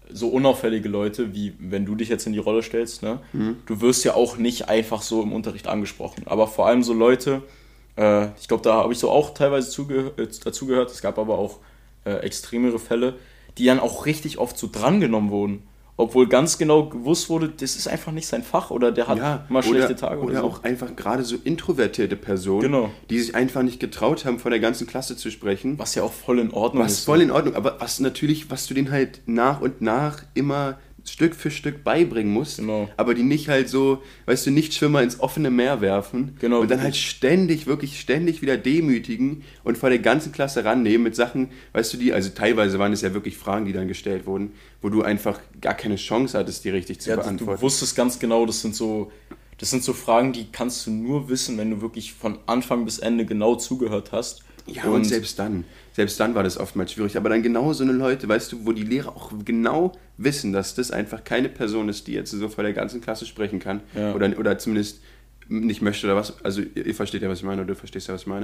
A: so unauffällige Leute, wie wenn du dich jetzt in die Rolle stellst, ne? Du wirst ja auch nicht einfach so im Unterricht angesprochen. Aber vor allem so Leute, ich glaube, da habe ich so auch teilweise dazu gehört, es gab aber auch extremere Fälle, die dann auch richtig oft so drangenommen wurden. Obwohl ganz genau gewusst wurde, das ist einfach nicht sein Fach oder der hat mal schlechte Tage
B: oder so. Auch einfach gerade so introvertierte Personen, die sich einfach nicht getraut haben, vor der ganzen Klasse zu sprechen.
A: Was ja auch voll in Ordnung ist.
B: Was voll in Ordnung, aber was du denen halt nach und nach immer Stück für Stück beibringen musst, aber die nicht halt so, weißt du, Nichtschwimmer ins offene Meer werfen und dann halt ständig wieder demütigen und vor der ganzen Klasse rannehmen mit Sachen, weißt du, also teilweise waren es ja wirklich Fragen, die dann gestellt wurden, wo du einfach gar keine Chance hattest, die richtig zu beantworten.
A: Du wusstest ganz genau, das sind so Fragen, die kannst du nur wissen, wenn du wirklich von Anfang bis Ende genau zugehört hast.
B: Ja, und selbst dann war das oftmals schwierig. Aber dann genau so eine Leute, weißt du, wo die Lehrer auch genau wissen, dass das einfach keine Person ist, die jetzt so vor der ganzen Klasse sprechen kann oder zumindest nicht möchte oder was. Also ihr versteht ja, was ich meine, oder du verstehst ja, was ich meine.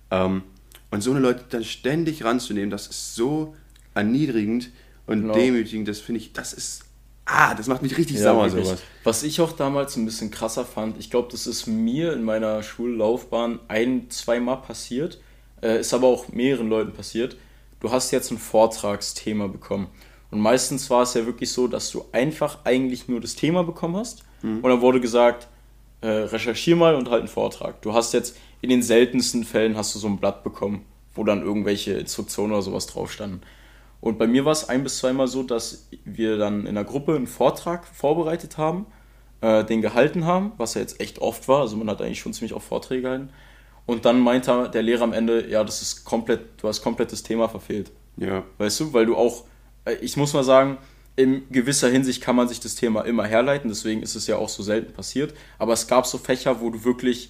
B: Und so eine Leute dann ständig ranzunehmen, das ist so erniedrigend und demütigend, das finde ich, das macht mich richtig sauer, wirklich. Sowas.
A: Was ich auch damals ein bisschen krasser fand, ich glaube, das ist mir in meiner Schullaufbahn 1-2 Mal passiert, ist aber auch mehreren Leuten passiert. Du hast jetzt ein Vortragsthema bekommen. Und meistens war es ja wirklich so, dass du einfach eigentlich nur das Thema bekommen hast. Und dann wurde gesagt, recherchier mal und halt einen Vortrag. Du hast jetzt, in den seltensten Fällen hast du so ein Blatt bekommen, wo dann irgendwelche Instruktionen oder sowas drauf standen. Und bei mir war es 1-2 Mal so, dass wir dann in der Gruppe einen Vortrag vorbereitet haben, den gehalten haben, was ja jetzt echt oft war. Also man hat eigentlich schon ziemlich oft Vorträge gehalten. Und dann meinte der Lehrer am Ende, ja, du hast komplett das Thema verfehlt.
B: Ja.
A: Weißt du, weil du auch, ich muss mal sagen, in gewisser Hinsicht kann man sich das Thema immer herleiten, deswegen ist es ja auch so selten passiert. Aber es gab so Fächer, wo du wirklich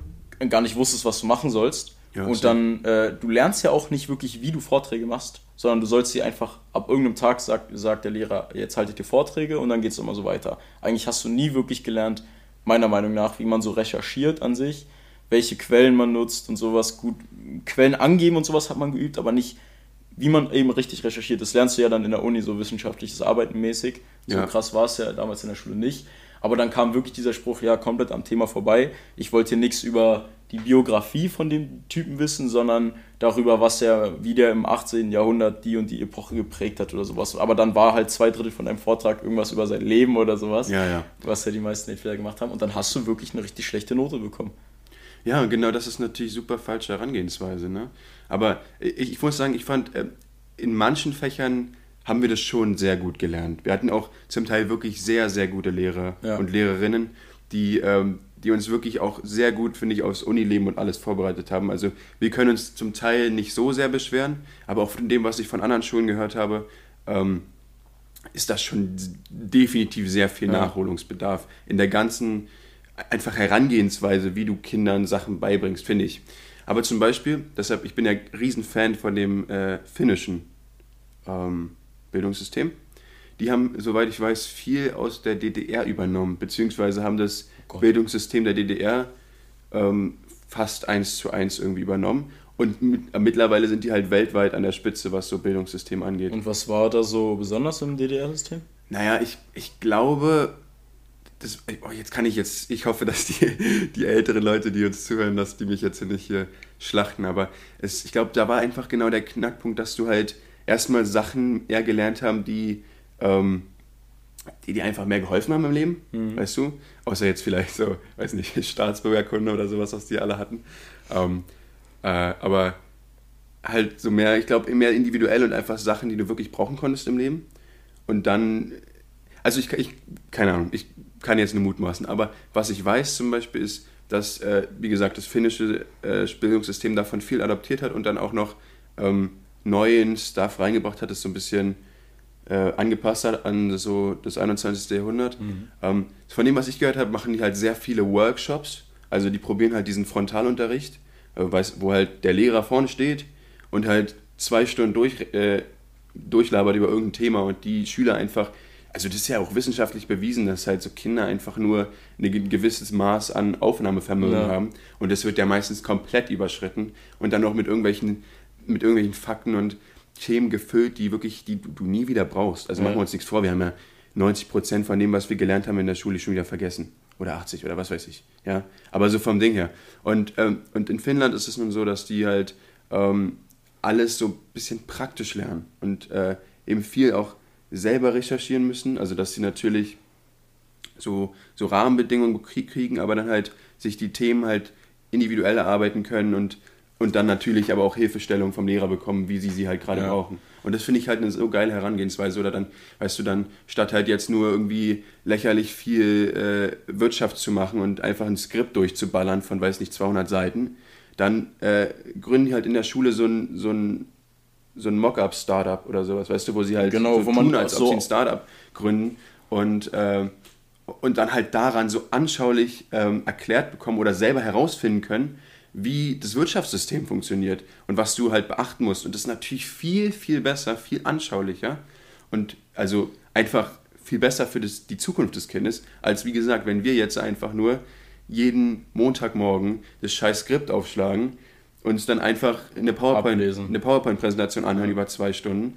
A: gar nicht wusstest, was du machen sollst. Ja, und dann, du lernst ja auch nicht wirklich, wie du Vorträge machst, sondern du sollst sie einfach, ab irgendeinem Tag sagt der Lehrer, jetzt haltet ihr Vorträge und dann geht es immer so weiter. Eigentlich hast du nie wirklich gelernt, meiner Meinung nach, wie man so recherchiert an sich, welche Quellen man nutzt und sowas. Gut, Quellen angeben und sowas hat man geübt, aber nicht, wie man eben richtig recherchiert. Das lernst du ja dann in der Uni, so wissenschaftliches Arbeiten mäßig. So krass war es ja damals in der Schule nicht. Aber dann kam wirklich dieser Spruch, ja, komplett am Thema vorbei. Ich wollte hier nichts über die Biografie von dem Typen wissen, sondern darüber, wie der im 18. Jahrhundert die und die Epoche geprägt hat oder sowas. Aber dann war halt 2/3 von einem Vortrag irgendwas über sein Leben oder sowas, was ja die meisten Entweder gemacht haben. Und dann hast du wirklich eine richtig schlechte Note bekommen.
B: Ja, genau, das ist natürlich super falsche Herangehensweise, ne? Aber ich muss sagen, ich fand, in manchen Fächern haben wir das schon sehr gut gelernt. Wir hatten auch zum Teil wirklich sehr, sehr gute Lehrer und Lehrerinnen, die uns wirklich auch sehr gut, finde ich, aufs Unileben und alles vorbereitet haben. Also wir können uns zum Teil nicht so sehr beschweren, aber auch von dem, was ich von anderen Schulen gehört habe, ist das schon definitiv sehr viel Nachholungsbedarf in der ganzen einfach Herangehensweise, wie du Kindern Sachen beibringst, finde ich. Aber zum Beispiel, deshalb, ich bin ja Riesenfan von dem finnischen Bildungssystem. Die haben, soweit ich weiß, viel aus der DDR übernommen, beziehungsweise haben das Bildungssystem der DDR fast 1:1 irgendwie übernommen. Und mittlerweile sind die halt weltweit an der Spitze, was so Bildungssystem angeht.
A: Und was war da so besonders im DDR-System?
B: Naja, ich glaube... ich hoffe, dass die älteren Leute, die uns zuhören, dass die mich jetzt nicht hier schlachten, aber ich glaube, da war einfach genau der Knackpunkt, dass du halt erstmal Sachen eher gelernt haben, die einfach mehr geholfen haben im Leben, weißt du? Außer jetzt vielleicht so, weiß nicht, Staatsbürgerkunde oder sowas, was die alle hatten. Aber halt so mehr, ich glaube, mehr individuell und einfach Sachen, die du wirklich brauchen konntest im Leben. Und dann, also ich keine Ahnung, ich kann jetzt nur mutmaßen, aber was ich weiß zum Beispiel ist, dass, wie gesagt, das finnische Bildungssystem davon viel adaptiert hat und dann auch noch neuen Stuff reingebracht hat, das so ein bisschen angepasst hat an so das 21. Jahrhundert. Von dem, was ich gehört habe, machen die halt sehr viele Workshops, also die probieren halt diesen Frontalunterricht, wo halt der Lehrer vorne steht und halt 2 Stunden durchlabert über irgendein Thema und die Schüler einfach, also das ist ja auch wissenschaftlich bewiesen, dass halt so Kinder einfach nur ein gewisses Maß an Aufnahmevermögen haben und das wird ja meistens komplett überschritten und dann noch mit irgendwelchen Fakten und Themen gefüllt, die du nie wieder brauchst. Also machen wir uns nichts vor, wir haben ja 90% von dem, was wir gelernt haben in der Schule, schon wieder vergessen. Oder 80 oder was weiß ich. Ja? Aber so vom Ding her. Und in Finnland ist es nun so, dass die halt alles so ein bisschen praktisch lernen und eben viel auch selber recherchieren müssen. Also dass sie natürlich so Rahmenbedingungen kriegen, aber dann halt sich die Themen halt individuell erarbeiten können und dann natürlich aber auch Hilfestellung vom Lehrer bekommen, wie sie halt gerade brauchen. Und das finde ich halt eine so geile Herangehensweise. Oder dann, weißt du, dann statt halt jetzt nur irgendwie lächerlich viel Wirtschaft zu machen und einfach ein Skript durchzuballern von, weiß nicht, 200 Seiten, dann gründen die halt in der Schule so ein Mock-up-Startup oder sowas, weißt du, wo sie halt
A: wo
B: tun,
A: man
B: als ob sie ein Startup gründen und dann halt daran so anschaulich erklärt bekommen oder selber herausfinden können, wie das Wirtschaftssystem funktioniert und was du halt beachten musst. Und das ist natürlich viel, viel besser, viel anschaulicher und also einfach viel besser für die Zukunft des Kindes, als wie gesagt, wenn wir jetzt einfach nur jeden Montagmorgen das scheiß Skript aufschlagen und uns dann einfach eine PowerPoint-Präsentation anhören über 2 Stunden,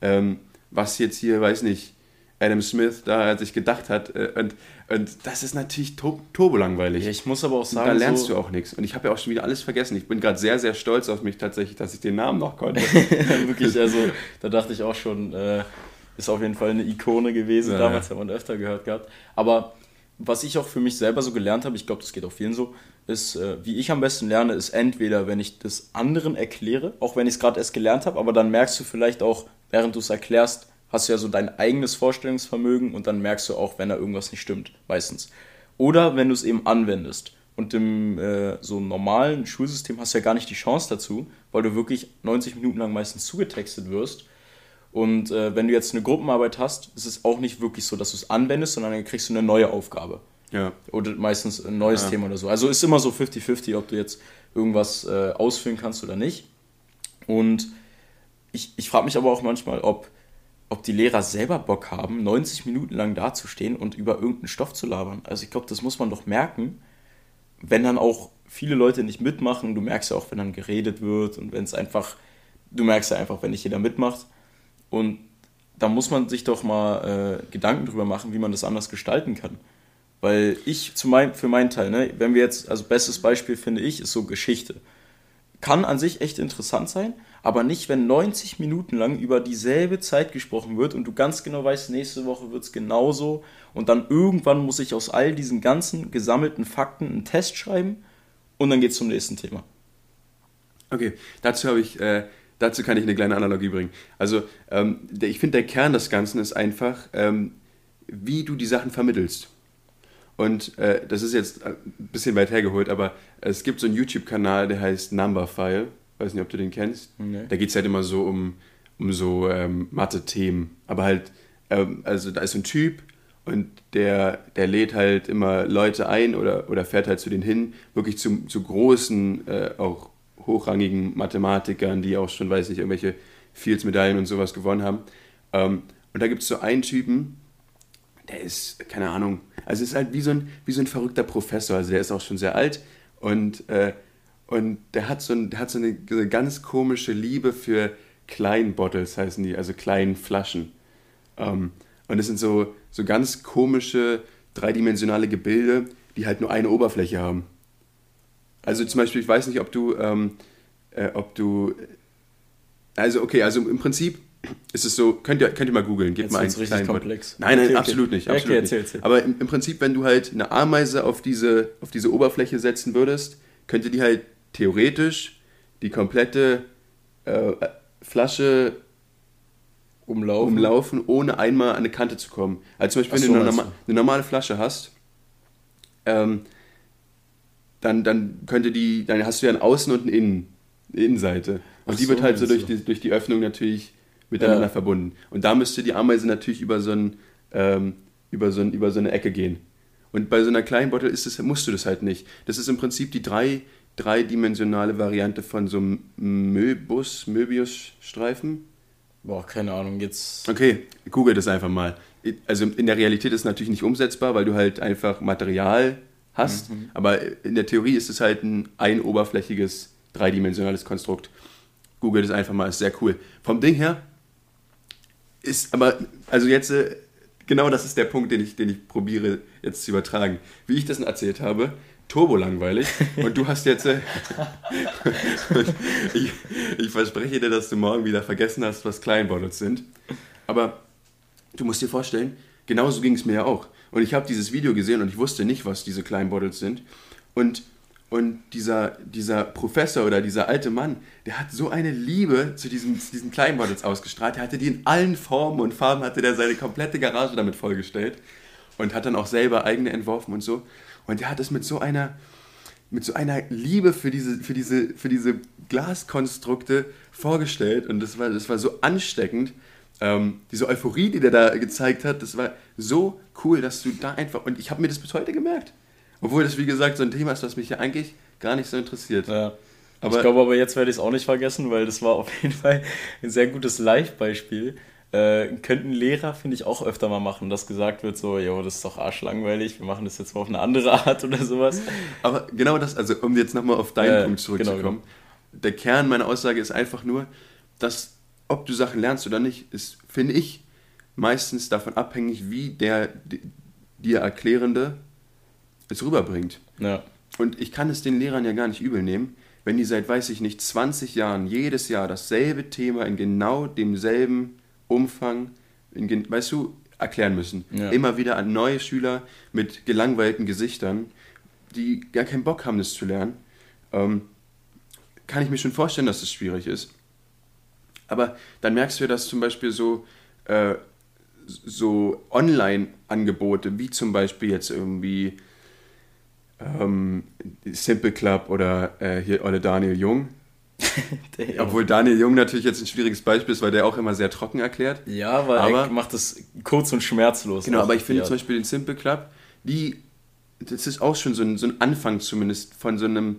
B: was jetzt hier, weiß nicht, Adam Smith da sich gedacht hat. Und das ist natürlich turbolangweilig.
A: Ja, ich muss aber auch sagen,
B: da lernst du auch nichts. Und ich habe ja auch schon wieder alles vergessen. Ich bin gerade sehr, sehr stolz auf mich tatsächlich, dass ich den Namen noch konnte.
A: Wirklich, also da dachte ich auch schon, ist auf jeden Fall eine Ikone gewesen. Damals hat man öfter gehört gehabt. Aber was ich auch für mich selber so gelernt habe, ich glaube, das geht auch vielen so, ist, wie ich am besten lerne, ist entweder, wenn ich das anderen erkläre, auch wenn ich es gerade erst gelernt habe, aber dann merkst du vielleicht auch, während du es erklärst, hast du ja so dein eigenes Vorstellungsvermögen und dann merkst du auch, wenn da irgendwas nicht stimmt, meistens. Oder wenn du es eben anwendest. Und im so normalen Schulsystem hast du ja gar nicht die Chance dazu, weil du wirklich 90 Minuten lang meistens zugetextet wirst. Und wenn du jetzt eine Gruppenarbeit hast, ist es auch nicht wirklich so, dass du es anwendest, sondern dann kriegst du eine neue Aufgabe.
B: Ja.
A: Oder meistens ein neues Thema oder so. Also ist immer so 50-50, ob du jetzt irgendwas ausfüllen kannst oder nicht. Und ich frage mich aber auch manchmal, ob die Lehrer selber Bock haben, 90 Minuten lang dazustehen und über irgendeinen Stoff zu labern. Also ich glaube, das muss man doch merken, wenn dann auch viele Leute nicht mitmachen. Du merkst ja auch, wenn dann geredet wird und wenn es einfach, du merkst ja einfach, wenn nicht jeder mitmacht. Und da muss man sich doch mal Gedanken drüber machen, wie man das anders gestalten kann. Weil ich für meinen Teil, ne, wenn wir jetzt, also bestes Beispiel finde ich, ist so Geschichte. Kann an sich echt interessant sein, aber nicht, wenn 90 Minuten lang über dieselbe Zeit gesprochen wird und du ganz genau weißt, nächste Woche wird es genauso und dann irgendwann muss ich aus all diesen ganzen gesammelten Fakten einen Test schreiben und dann geht es zum nächsten Thema.
B: Okay, dazu kann ich eine kleine Analogie bringen. Also ich finde, der Kern des Ganzen ist einfach, wie du die Sachen vermittelst. Und das ist jetzt ein bisschen weit hergeholt, aber es gibt so einen YouTube-Kanal, der heißt Numberphile. Weiß nicht, ob du den kennst. Nee. Da geht es halt immer so um so Mathe-Themen. Aber halt, also da ist so ein Typ und der lädt halt immer Leute ein oder fährt halt zu denen hin, wirklich zu großen, auch hochrangigen Mathematikern, die auch schon, weiß nicht, irgendwelche Fields-Medaillen und sowas gewonnen haben. Und da gibt es so einen Typen, der ist, keine Ahnung, also ist halt wie so ein verrückter Professor, also der ist auch schon sehr alt und der hat so eine ganz komische Liebe für kleinen Bottles, heißen die, also kleinen Flaschen. Und das sind so ganz komische, dreidimensionale Gebilde, die halt nur eine Oberfläche haben. Also zum Beispiel, ich weiß nicht, ob du also im Prinzip ist es so, könnt ihr mal googeln, gebt mal einen
A: richtig kleinen komplex.
B: Nein, okay. Absolut nicht. Absolut nicht. Erzähl. Aber im Prinzip, wenn du halt eine Ameise auf diese Oberfläche setzen würdest, könnte die halt theoretisch die komplette Flasche umlaufen, ohne einmal an eine Kante zu kommen. Also zum Beispiel, wenn du eine normale Flasche hast, dann hast du ja ein Außen- und eine Innenseite. Und die wird halt so durch die Öffnung natürlich miteinander verbunden. Und da müsste die Ameise natürlich über so eine Ecke gehen. Und bei so einer kleinen Bottle musst du das halt nicht. Das ist im Prinzip die dreidimensionale Variante von so einem Möbius-Streifen.
A: Boah, keine Ahnung, jetzt...
B: Okay, google das einfach mal. Also in der Realität ist es natürlich nicht umsetzbar, weil du halt einfach Material hast. Aber in der Theorie ist es halt ein oberflächiges, dreidimensionales Konstrukt. Googelt es einfach mal, ist sehr cool. Vom Ding her ist aber, also jetzt, genau das ist der Punkt, den ich probiere jetzt zu übertragen. Wie ich das denn erzählt habe, turbolangweilig. Und du hast jetzt, ich verspreche dir, dass du morgen wieder vergessen hast, was Kleinbottles sind. Aber du musst dir vorstellen, genauso ging es mir ja auch. Und ich habe dieses Video gesehen und ich wusste nicht, was diese Kleinbottles sind. Und dieser Professor oder dieser alte Mann, der hat so eine Liebe zu diesen Kleinbottles ausgestrahlt. Der hatte die in allen Formen und Farben, hatte der seine komplette Garage damit vollgestellt und hat dann auch selber eigene entworfen und so. Und der hat es mit so einer Liebe für diese Glaskonstrukte vorgestellt und das war so ansteckend. Diese Euphorie, die der da gezeigt hat, das war so cool, dass du da einfach... Und ich habe mir das bis heute gemerkt. Obwohl das, wie gesagt, so ein Thema ist, was mich ja eigentlich gar nicht so interessiert.
A: Ja. Ich glaube aber, jetzt werde ich es auch nicht vergessen, weil das war auf jeden Fall ein sehr gutes Live-Beispiel. Könnten Lehrer, finde ich, auch öfter mal machen, dass gesagt wird so, jo, das ist doch arschlangweilig, wir machen das jetzt mal auf eine andere Art oder sowas.
B: Aber genau das, also um jetzt nochmal auf deinen Punkt zurückzukommen, genau. Der Kern meiner Aussage ist einfach nur, dass, ob du Sachen lernst oder nicht, ist, finde ich, meistens davon abhängig, wie der dir Erklärende es rüberbringt. Ja. Und ich kann es den Lehrern ja gar nicht übel nehmen, wenn die seit, weiß ich nicht, 20 Jahren jedes Jahr dasselbe Thema in genau demselben Umfang, weißt du, erklären müssen. Ja. Immer wieder an neue Schüler mit gelangweilten Gesichtern, die gar keinen Bock haben, das zu lernen. Kann ich mir schon vorstellen, dass das schwierig ist. Aber dann merkst du ja, dass zum Beispiel so Online-Angebote, wie zum Beispiel jetzt irgendwie Simple Club oder hier Olle Daniel Jung. Obwohl Daniel Jung natürlich jetzt ein schwieriges Beispiel ist, weil der auch immer sehr trocken erklärt.
A: Ja, aber er macht das kurz und schmerzlos.
B: Genau, aber ich finde zum Beispiel den Simple Club, das ist auch schon so ein Anfang zumindest von so einer,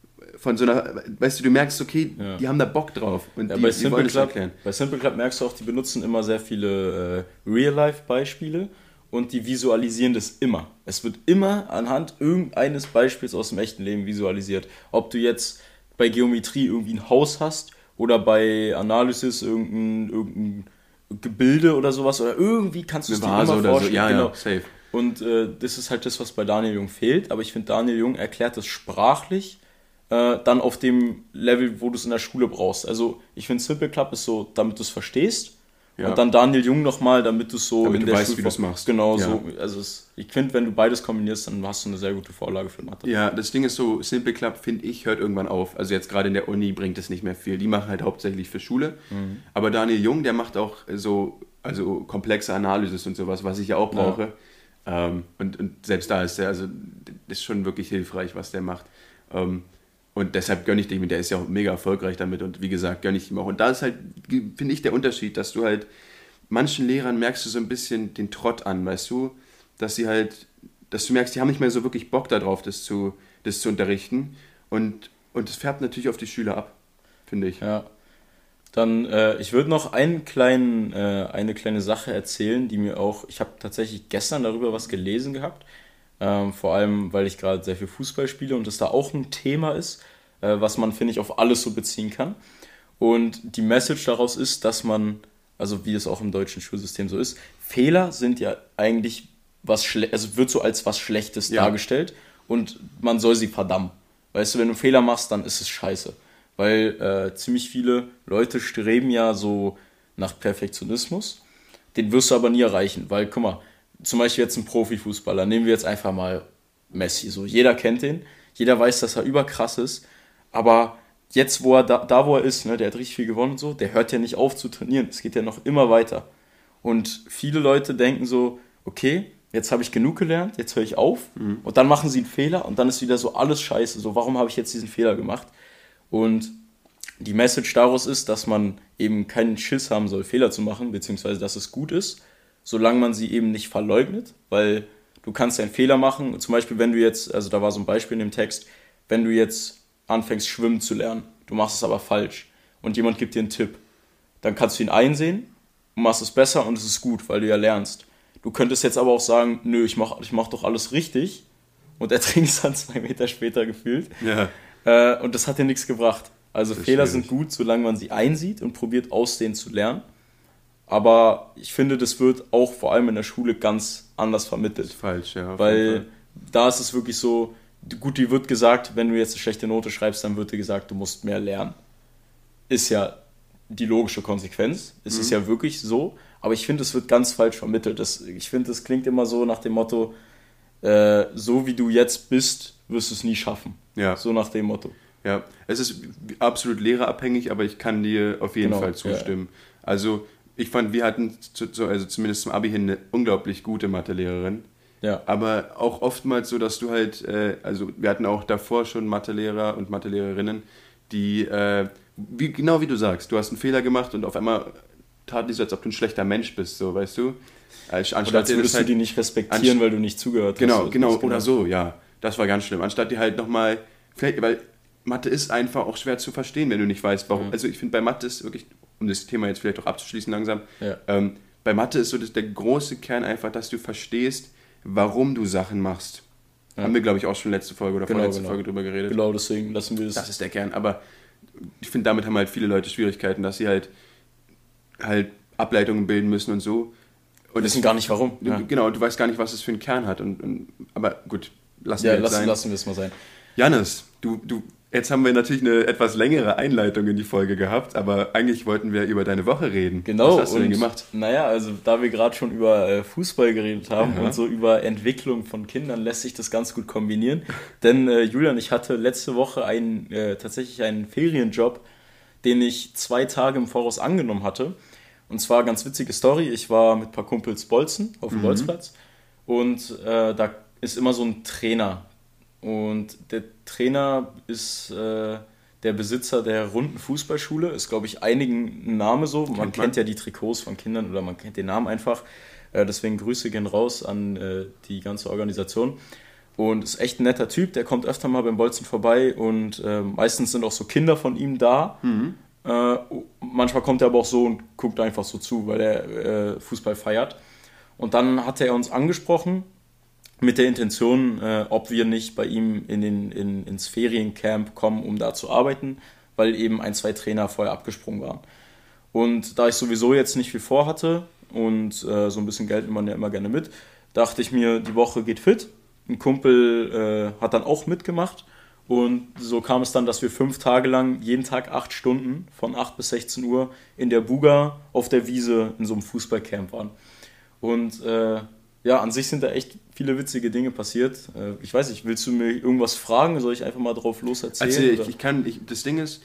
B: weißt du merkst, okay, ja. Die haben da Bock drauf und ja, die wollen es erklären.
A: Bei Simple Club merkst du auch, die benutzen immer sehr viele Real-Life-Beispiele. Und die visualisieren das immer. Es wird immer anhand irgendeines Beispiels aus dem echten Leben visualisiert. Ob du jetzt bei Geometrie irgendwie ein Haus hast oder bei Analysis irgendein Gebilde oder sowas. Oder irgendwie kannst du es dir immer vorstellen. So. Ja, genau. Ja, safe. Und das ist halt das, was bei Daniel Jung fehlt. Aber ich finde, Daniel Jung erklärt das sprachlich dann auf dem Level, wo du es in der Schule brauchst. Also ich finde, Simple Club ist so, damit du es verstehst. Ja. Und dann Daniel Jung nochmal, damit du so
B: damit in der Schule wie du es machst.
A: Genau, ja. So. Also ich finde, wenn du beides kombinierst, dann hast du eine sehr gute Vorlage für Mathe.
B: Ja, das Ding ist so, Simple Club, finde ich, hört irgendwann auf. Also jetzt gerade in der Uni bringt es nicht mehr viel. Die machen halt hauptsächlich für Schule. Mhm. Aber Daniel Jung, der macht auch so komplexe Analysis und sowas, was ich ja auch brauche. Ja. Und selbst da ist der, ist schon wirklich hilfreich, was der macht. Und deshalb gönne ich dem, der ist ja auch mega erfolgreich damit und wie gesagt, gönne ich ihm auch. Und da ist halt, finde ich, der Unterschied, dass du halt, manchen Lehrern merkst du so ein bisschen den Trott an, weißt du, dass du merkst, die haben nicht mehr so wirklich Bock darauf, das zu unterrichten und das färbt natürlich auf die Schüler ab, finde ich.
A: Ja, dann, ich würde noch eine kleine Sache erzählen, die mir auch, ich habe tatsächlich gestern darüber was gelesen gehabt, vor allem, weil ich gerade sehr viel Fußball spiele und das da auch ein Thema ist, was man, finde ich, auf alles so beziehen kann. Und die Message daraus ist, dass man, also wie es auch im deutschen Schulsystem so ist, Fehler sind ja eigentlich wird so als was Schlechtes dargestellt und man soll sie verdammen. Weißt du, wenn du einen Fehler machst, dann ist es scheiße. Weil ziemlich viele Leute streben ja so nach Perfektionismus. Den wirst du aber nie erreichen, weil, guck mal, zum Beispiel jetzt ein Profifußballer, nehmen wir jetzt einfach mal Messi, so jeder kennt den, jeder weiß, dass er überkrass ist, aber jetzt, wo er wo er ist, ne, der hat richtig viel gewonnen und so, der hört ja nicht auf zu trainieren, es geht ja noch immer weiter. Und viele Leute denken so, okay, jetzt habe ich genug gelernt, jetzt höre ich auf und dann machen sie einen Fehler und dann ist wieder so alles scheiße, so warum habe ich jetzt diesen Fehler gemacht? Und die Message daraus ist, dass man eben keinen Schiss haben soll, Fehler zu machen, beziehungsweise dass es gut ist, solange man sie eben nicht verleugnet, weil du kannst einen Fehler machen, zum Beispiel wenn du jetzt, also da war so ein Beispiel in dem Text, wenn du jetzt anfängst schwimmen zu lernen, du machst es aber falsch und jemand gibt dir einen Tipp, dann kannst du ihn einsehen und machst es besser und es ist gut, weil du ja lernst. Du könntest jetzt aber auch sagen, nö, ich mach doch alles richtig und ertrinkst dann 2 Meter später gefühlt und das hat dir nichts gebracht. Also Fehler sind gut, solange man sie einsieht und probiert, aus denen zu lernen. Aber ich finde, das wird auch vor allem in der Schule ganz anders vermittelt.
B: Das ist falsch, ja.
A: Weil da ist es wirklich so, gut, dir wird gesagt, wenn du jetzt eine schlechte Note schreibst, dann wird dir gesagt, du musst mehr lernen. Ist ja die logische Konsequenz. Es ist ja wirklich so. Aber ich finde, es wird ganz falsch vermittelt. Ich finde, es klingt immer so nach dem Motto, so wie du jetzt bist, wirst du es nie schaffen.
B: Ja.
A: So nach dem Motto.
B: Ja, es ist absolut lehrerabhängig, aber ich kann dir auf jeden Fall zustimmen. Ja. Also ich fand, wir hatten also zumindest zum Abi hin eine unglaublich gute Mathelehrerin.
A: Ja.
B: Aber auch oftmals so, dass du halt, also wir hatten auch davor schon Mathelehrer und Mathelehrerinnen, die, genau wie du sagst, du hast einen Fehler gemacht und auf einmal taten die so, als ob du ein schlechter Mensch bist, so, weißt du?
A: Anstatt oder als würdest du die nicht respektieren, weil du nicht zugehört
B: hast. Genau, oder so, ja. Das war ganz schlimm. Anstatt die halt nochmal, vielleicht, weil Mathe ist einfach auch schwer zu verstehen, wenn du nicht weißt, warum. Also ich finde, bei Mathe ist wirklich, um das Thema jetzt vielleicht auch abzuschließen langsam, bei Mathe ist so der große Kern einfach, dass du verstehst, warum du Sachen machst. Ja. Haben wir, glaube ich, auch schon letzte Folge oder vorletzte Folge drüber geredet.
A: Genau, deswegen lassen wir es.
B: Das ist der Kern, aber ich finde, damit haben halt viele Leute Schwierigkeiten, dass sie halt Ableitungen bilden müssen und so.
A: Und wissen gar nicht warum.
B: Ja. Genau, und du weißt gar nicht, was es für einen Kern hat. Aber gut, lassen wir
A: es mal sein.
B: Jannis, jetzt haben wir natürlich eine etwas längere Einleitung in die Folge gehabt, aber eigentlich wollten wir über deine Woche reden.
A: Genau.
B: Was hast du denn gemacht?
A: Naja, also da wir gerade schon über Fußball geredet haben und so über Entwicklung von Kindern, lässt sich das ganz gut kombinieren. Denn Julian, ich hatte letzte Woche tatsächlich einen Ferienjob, den ich 2 Tage im Voraus angenommen hatte. Und zwar ganz witzige Story, ich war mit ein paar Kumpels bolzen auf dem Bolzplatz und da ist immer so ein Trainer. Und der Trainer ist der Besitzer der runden Fußballschule, ist, glaube ich, einigen ein Name so. Man kennt ja die Trikots von Kindern oder man kennt den Namen einfach. Deswegen Grüße gehen raus an die ganze Organisation. Und ist echt ein netter Typ, der kommt öfter mal beim Bolzen vorbei und meistens sind auch so Kinder von ihm da. Manchmal kommt er aber auch so und guckt einfach so zu, weil er Fußball feiert. Und dann hat er uns angesprochen mit der Intention, ob wir nicht bei ihm ins Feriencamp kommen, um da zu arbeiten, weil eben 1, 2 Trainer vorher abgesprungen waren. Und da ich sowieso jetzt nicht viel vorhatte und so ein bisschen Geld nimmt man ja immer gerne mit, dachte ich mir, die Woche geht fit. Ein Kumpel hat dann auch mitgemacht. Und so kam es dann, dass wir 5 Tage lang jeden Tag 8 Stunden von 8 bis 16 Uhr in der Buga auf der Wiese in so einem Fußballcamp waren. Und an sich sind da echt viele witzige Dinge passiert. Ich weiß nicht, willst du mir irgendwas fragen? Soll ich einfach mal drauf los erzählen?
B: Das Ding ist,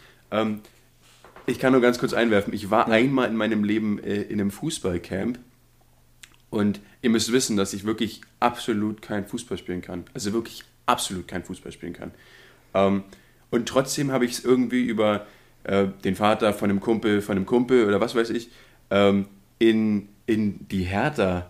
B: ich kann nur ganz kurz einwerfen, ich war einmal in meinem Leben in einem Fußballcamp und ihr müsst wissen, dass ich wirklich absolut kein Fußball spielen kann. Also wirklich absolut kein Fußball spielen kann. Und trotzdem habe ich es irgendwie über den Vater von einem Kumpel oder was weiß ich, in die Hertha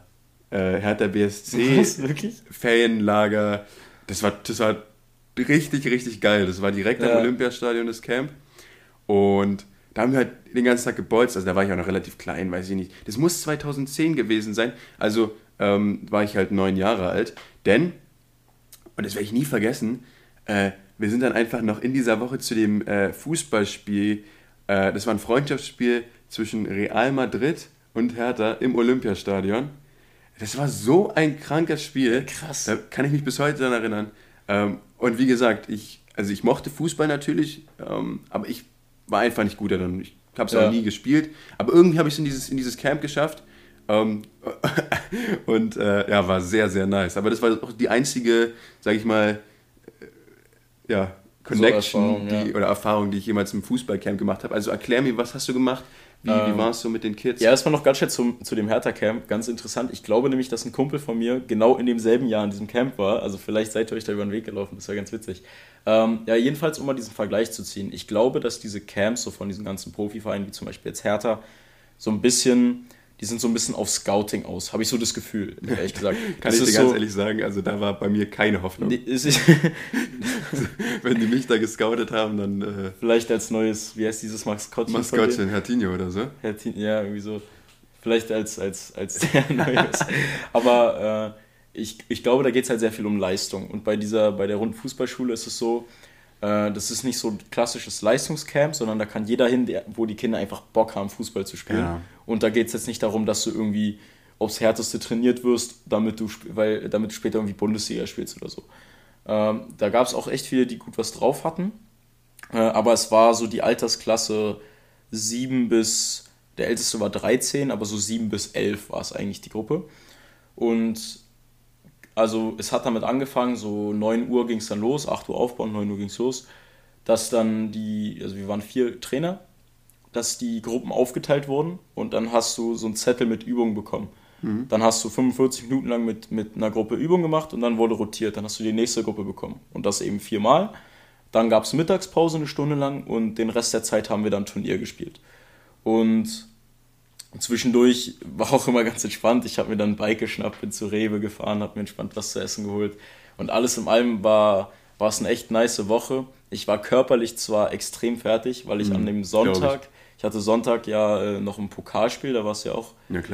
B: BSC Ferienlager, das war richtig, richtig geil. Das war direkt am Olympiastadion, das Camp. Und da haben wir halt den ganzen Tag gebolzt, also da war ich auch noch relativ klein, weiß ich nicht. Das muss 2010 gewesen sein, also war ich halt 9 Jahre alt, denn, und das werde ich nie vergessen, wir sind dann einfach noch in dieser Woche zu dem Fußballspiel, das war ein Freundschaftsspiel zwischen Real Madrid und Hertha im Olympiastadion. Das war so ein krankes Spiel.
A: Krass.
B: Da kann ich mich bis heute daran erinnern. Und wie gesagt, ich mochte Fußball natürlich, aber ich war einfach nicht gut darin. Ich habe es auch nie gespielt, aber irgendwie habe ich es in dieses Camp geschafft. Und war sehr, sehr nice. Aber das war auch die einzige, sage ich mal, Connection oder Erfahrung, die ich jemals im Fußballcamp gemacht habe. Also erklär mir, was hast du gemacht? Wie war es so mit den Kids?
A: Ja, das war noch ganz schnell zu dem Hertha-Camp. Ganz interessant. Ich glaube nämlich, dass ein Kumpel von mir genau in demselben Jahr in diesem Camp war. Also vielleicht seid ihr euch da über den Weg gelaufen. Das war ganz witzig. Jedenfalls, um mal diesen Vergleich zu ziehen. Ich glaube, dass diese Camps so von diesen ganzen Profivereinen, wie zum Beispiel jetzt Hertha, die sind so ein bisschen auf Scouting aus. Habe ich so das Gefühl, ehrlich gesagt.
B: Kann ich dir ganz ehrlich sagen, also da war bei mir keine Hoffnung. Wenn die mich da gescoutet haben, dann...
A: vielleicht als neues, wie heißt dieses Maskottchen?
B: Maskottchen, Hertinho oder so?
A: Ja, irgendwie so. Vielleicht als der neues. Aber ich glaube, da geht es halt sehr viel um Leistung. Und bei der runden Fußballschule ist es so, Das ist nicht so ein klassisches Leistungscamp, sondern da kann jeder hin, wo die Kinder einfach Bock haben, Fußball zu spielen. Ja. Und da geht es jetzt nicht darum, dass du irgendwie aufs Härteste trainiert wirst, damit du später irgendwie Bundesliga spielst oder so. Da gab es auch echt viele, die gut was drauf hatten. Aber es war so die Altersklasse 7 bis, der Älteste war 13, aber so 7 bis 11 war es eigentlich die Gruppe. Und also es hat damit angefangen, so 9 Uhr ging es dann los, 8 Uhr aufbauen, 9 Uhr ging es los, dass dann also wir waren 4 Trainer, dass die Gruppen aufgeteilt wurden und dann hast du so einen Zettel mit Übungen bekommen. Dann hast du 45 Minuten lang mit einer Gruppe Übung gemacht und dann wurde rotiert, dann hast du die nächste Gruppe bekommen und das eben 4-mal. Dann gab es Mittagspause 1 Stunde lang und den Rest der Zeit haben wir dann Turnier gespielt. Und zwischendurch war auch immer ganz entspannt. Ich habe mir dann ein Bike geschnappt, bin zu Rewe gefahren, habe mir entspannt was zu essen geholt. Und alles in allem war es eine echt nice Woche. Ich war körperlich zwar extrem fertig, weil ich an dem Sonntag, ich hatte Sonntag ja noch ein Pokalspiel, da warst du ja auch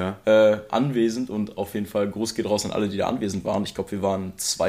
A: anwesend und auf jeden Fall Gruß geht raus an alle, die da anwesend waren. Ich glaube, wir waren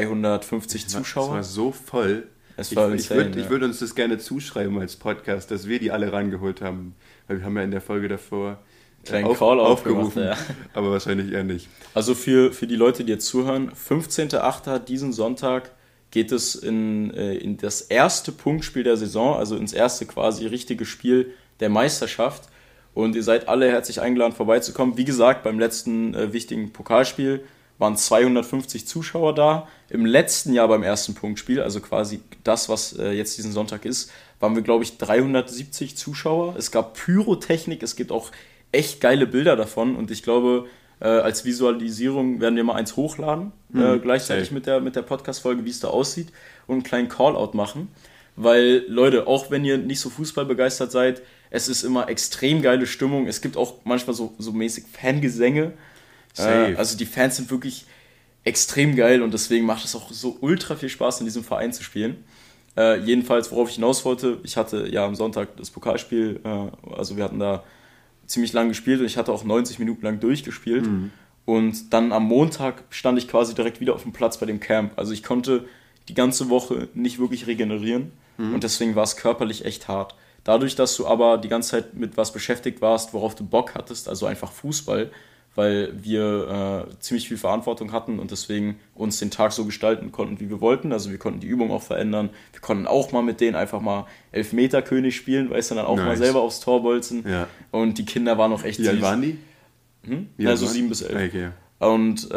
A: 250 Zuschauer.
B: Es war so voll. Ich würde uns das gerne zuschreiben als Podcast, dass wir die alle rangeholt haben. Weil wir haben ja in der Folge davor
A: kleinen Call aufgerufen, ja.
B: Aber wahrscheinlich eher nicht.
A: Also für die Leute, die jetzt zuhören, 15.08. diesen Sonntag geht es in das erste Punktspiel der Saison, also ins erste quasi richtige Spiel der Meisterschaft. Und ihr seid alle herzlich eingeladen, vorbeizukommen. Wie gesagt, beim letzten wichtigen Pokalspiel waren 250 Zuschauer da. Im letzten Jahr beim ersten Punktspiel, also quasi das, was jetzt diesen Sonntag ist, waren wir, glaube ich, 370 Zuschauer. Es gab Pyrotechnik, es gibt auch echt geile Bilder davon und ich glaube, als Visualisierung werden wir mal eins hochladen, gleichzeitig mit der Podcast-Folge, wie es da aussieht und einen kleinen Call-Out machen, weil, Leute, auch wenn ihr nicht so fußballbegeistert seid, es ist immer extrem geile Stimmung, es gibt auch manchmal so mäßig Fangesänge, also die Fans sind wirklich extrem geil und deswegen macht es auch so ultra viel Spaß, in diesem Verein zu spielen. Jedenfalls, worauf ich hinaus wollte, ich hatte ja am Sonntag das Pokalspiel, also wir hatten da ziemlich lang gespielt und ich hatte auch 90 Minuten lang durchgespielt. Und dann am Montag stand ich quasi direkt wieder auf dem Platz bei dem Camp. Also ich konnte die ganze Woche nicht wirklich regenerieren und deswegen war es körperlich echt hart. Dadurch, dass du aber die ganze Zeit mit was beschäftigt warst, worauf du Bock hattest, also einfach Fußball, weil wir ziemlich viel Verantwortung hatten und deswegen uns den Tag so gestalten konnten, wie wir wollten. Also wir konnten die Übung auch verändern. Wir konnten auch mal mit denen einfach mal Elfmeterkönig spielen, weißt du, dann auch mal selber aufs Tor bolzen. Ja. Und die Kinder waren auch echt süß.
B: Wie alt waren die?
A: Also 7 bis 11. Okay. Und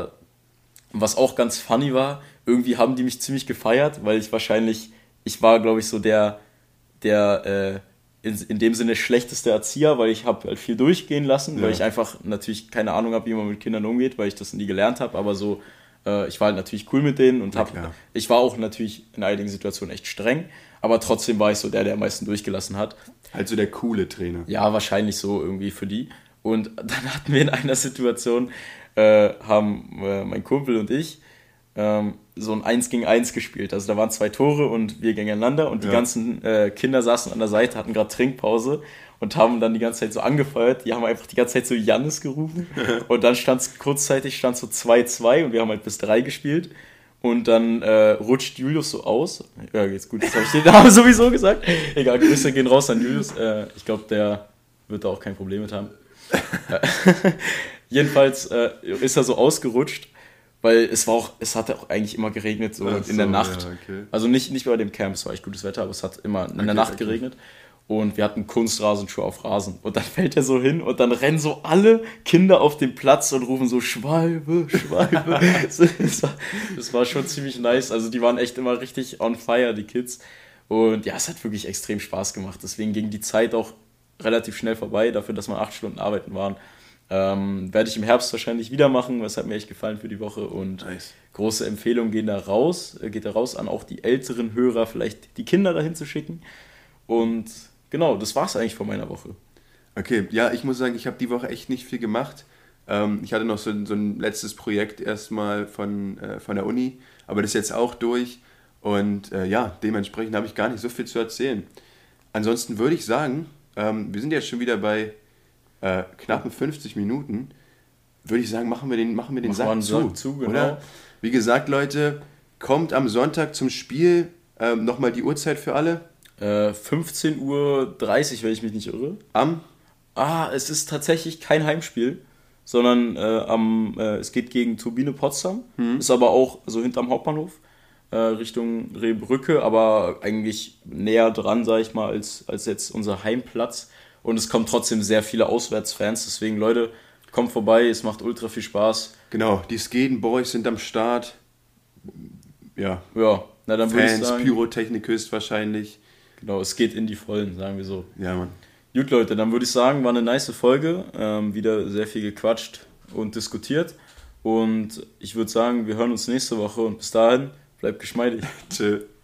A: was auch ganz funny war, irgendwie haben die mich ziemlich gefeiert, weil ich war, glaube ich, so der in dem Sinne schlechteste Erzieher, weil ich habe halt viel durchgehen lassen, weil ich einfach natürlich keine Ahnung habe, wie man mit Kindern umgeht, weil ich das nie gelernt habe, aber so, ich war halt natürlich cool mit denen und ich war auch natürlich in einigen Situationen echt streng, aber trotzdem war ich so der am meisten durchgelassen hat.
B: Also der coole Trainer.
A: Ja, wahrscheinlich so irgendwie für die. Und dann hatten wir in einer Situation, haben mein Kumpel und ich so ein 1 gegen 1 gespielt. Also da waren 2 Tore und wir gegeneinander und die ganzen Kinder saßen an der Seite, hatten gerade Trinkpause und haben dann die ganze Zeit so angefeuert. Die haben einfach die ganze Zeit so Jannis gerufen und dann stand es kurzzeitig so 2-2 und wir haben halt bis 3 gespielt und dann rutscht Julius so aus. Ja, jetzt gut, jetzt habe ich den Namen sowieso gesagt. Egal, Grüße gehen raus an Julius. Ich glaube, der wird da auch kein Problem mit haben. Jedenfalls ist er so ausgerutscht, weil es hatte auch eigentlich immer geregnet, so in der Nacht. Ja, okay. Also nicht bei dem Camp, es war echt gutes Wetter, aber es hat immer in der Nacht geregnet. Und wir hatten Kunstrasenschuhe auf Rasen. Und dann fällt er so hin und dann rennen so alle Kinder auf den Platz und rufen so Schwalbe, Schwalbe. Das war schon ziemlich nice. Also die waren echt immer richtig on fire, die Kids. Und ja, es hat wirklich extrem Spaß gemacht. Deswegen ging die Zeit auch relativ schnell vorbei, dafür, dass wir 8 Stunden arbeiten waren. Werde ich im Herbst wahrscheinlich wieder machen, was hat mir echt gefallen für die Woche und große Empfehlung geht da raus an auch die älteren Hörer, vielleicht die Kinder dahin zu schicken und genau, das war's eigentlich von meiner Woche.
B: Okay, ja, ich muss sagen, ich habe die Woche echt nicht viel gemacht. Ich hatte noch so ein letztes Projekt erstmal von der Uni, aber das ist jetzt auch durch und dementsprechend habe ich gar nicht so viel zu erzählen. Ansonsten würde ich sagen, wir sind jetzt schon wieder bei knappen 50 Minuten, würde ich sagen, machen wir den Sack zu,
A: genau.
B: Oder? Wie gesagt, Leute, kommt am Sonntag zum Spiel, Nochmal die Uhrzeit für alle.
A: 15:30 Uhr, wenn ich mich nicht irre. Es ist tatsächlich kein Heimspiel, sondern es geht gegen Turbine Potsdam. Ist aber auch so hinterm Hauptbahnhof, Richtung Rehbrücke, aber eigentlich näher dran, sag ich mal, als jetzt unser Heimplatz. Und es kommen trotzdem sehr viele Auswärtsfans, deswegen Leute, kommt vorbei, es macht ultra viel Spaß.
B: Genau, die Skaten Boys sind am Start. Ja,
A: na dann
B: Fans,
A: würde ich sagen,
B: Pyrotechnik höchstwahrscheinlich.
A: Genau, es geht in die Vollen, sagen wir so.
B: Ja, Mann.
A: Gut, Leute, dann würde ich sagen, war eine nice Folge. Wieder sehr viel gequatscht und diskutiert. Und ich würde sagen, wir hören uns nächste Woche und bis dahin, bleibt geschmeidig.
B: Tschö.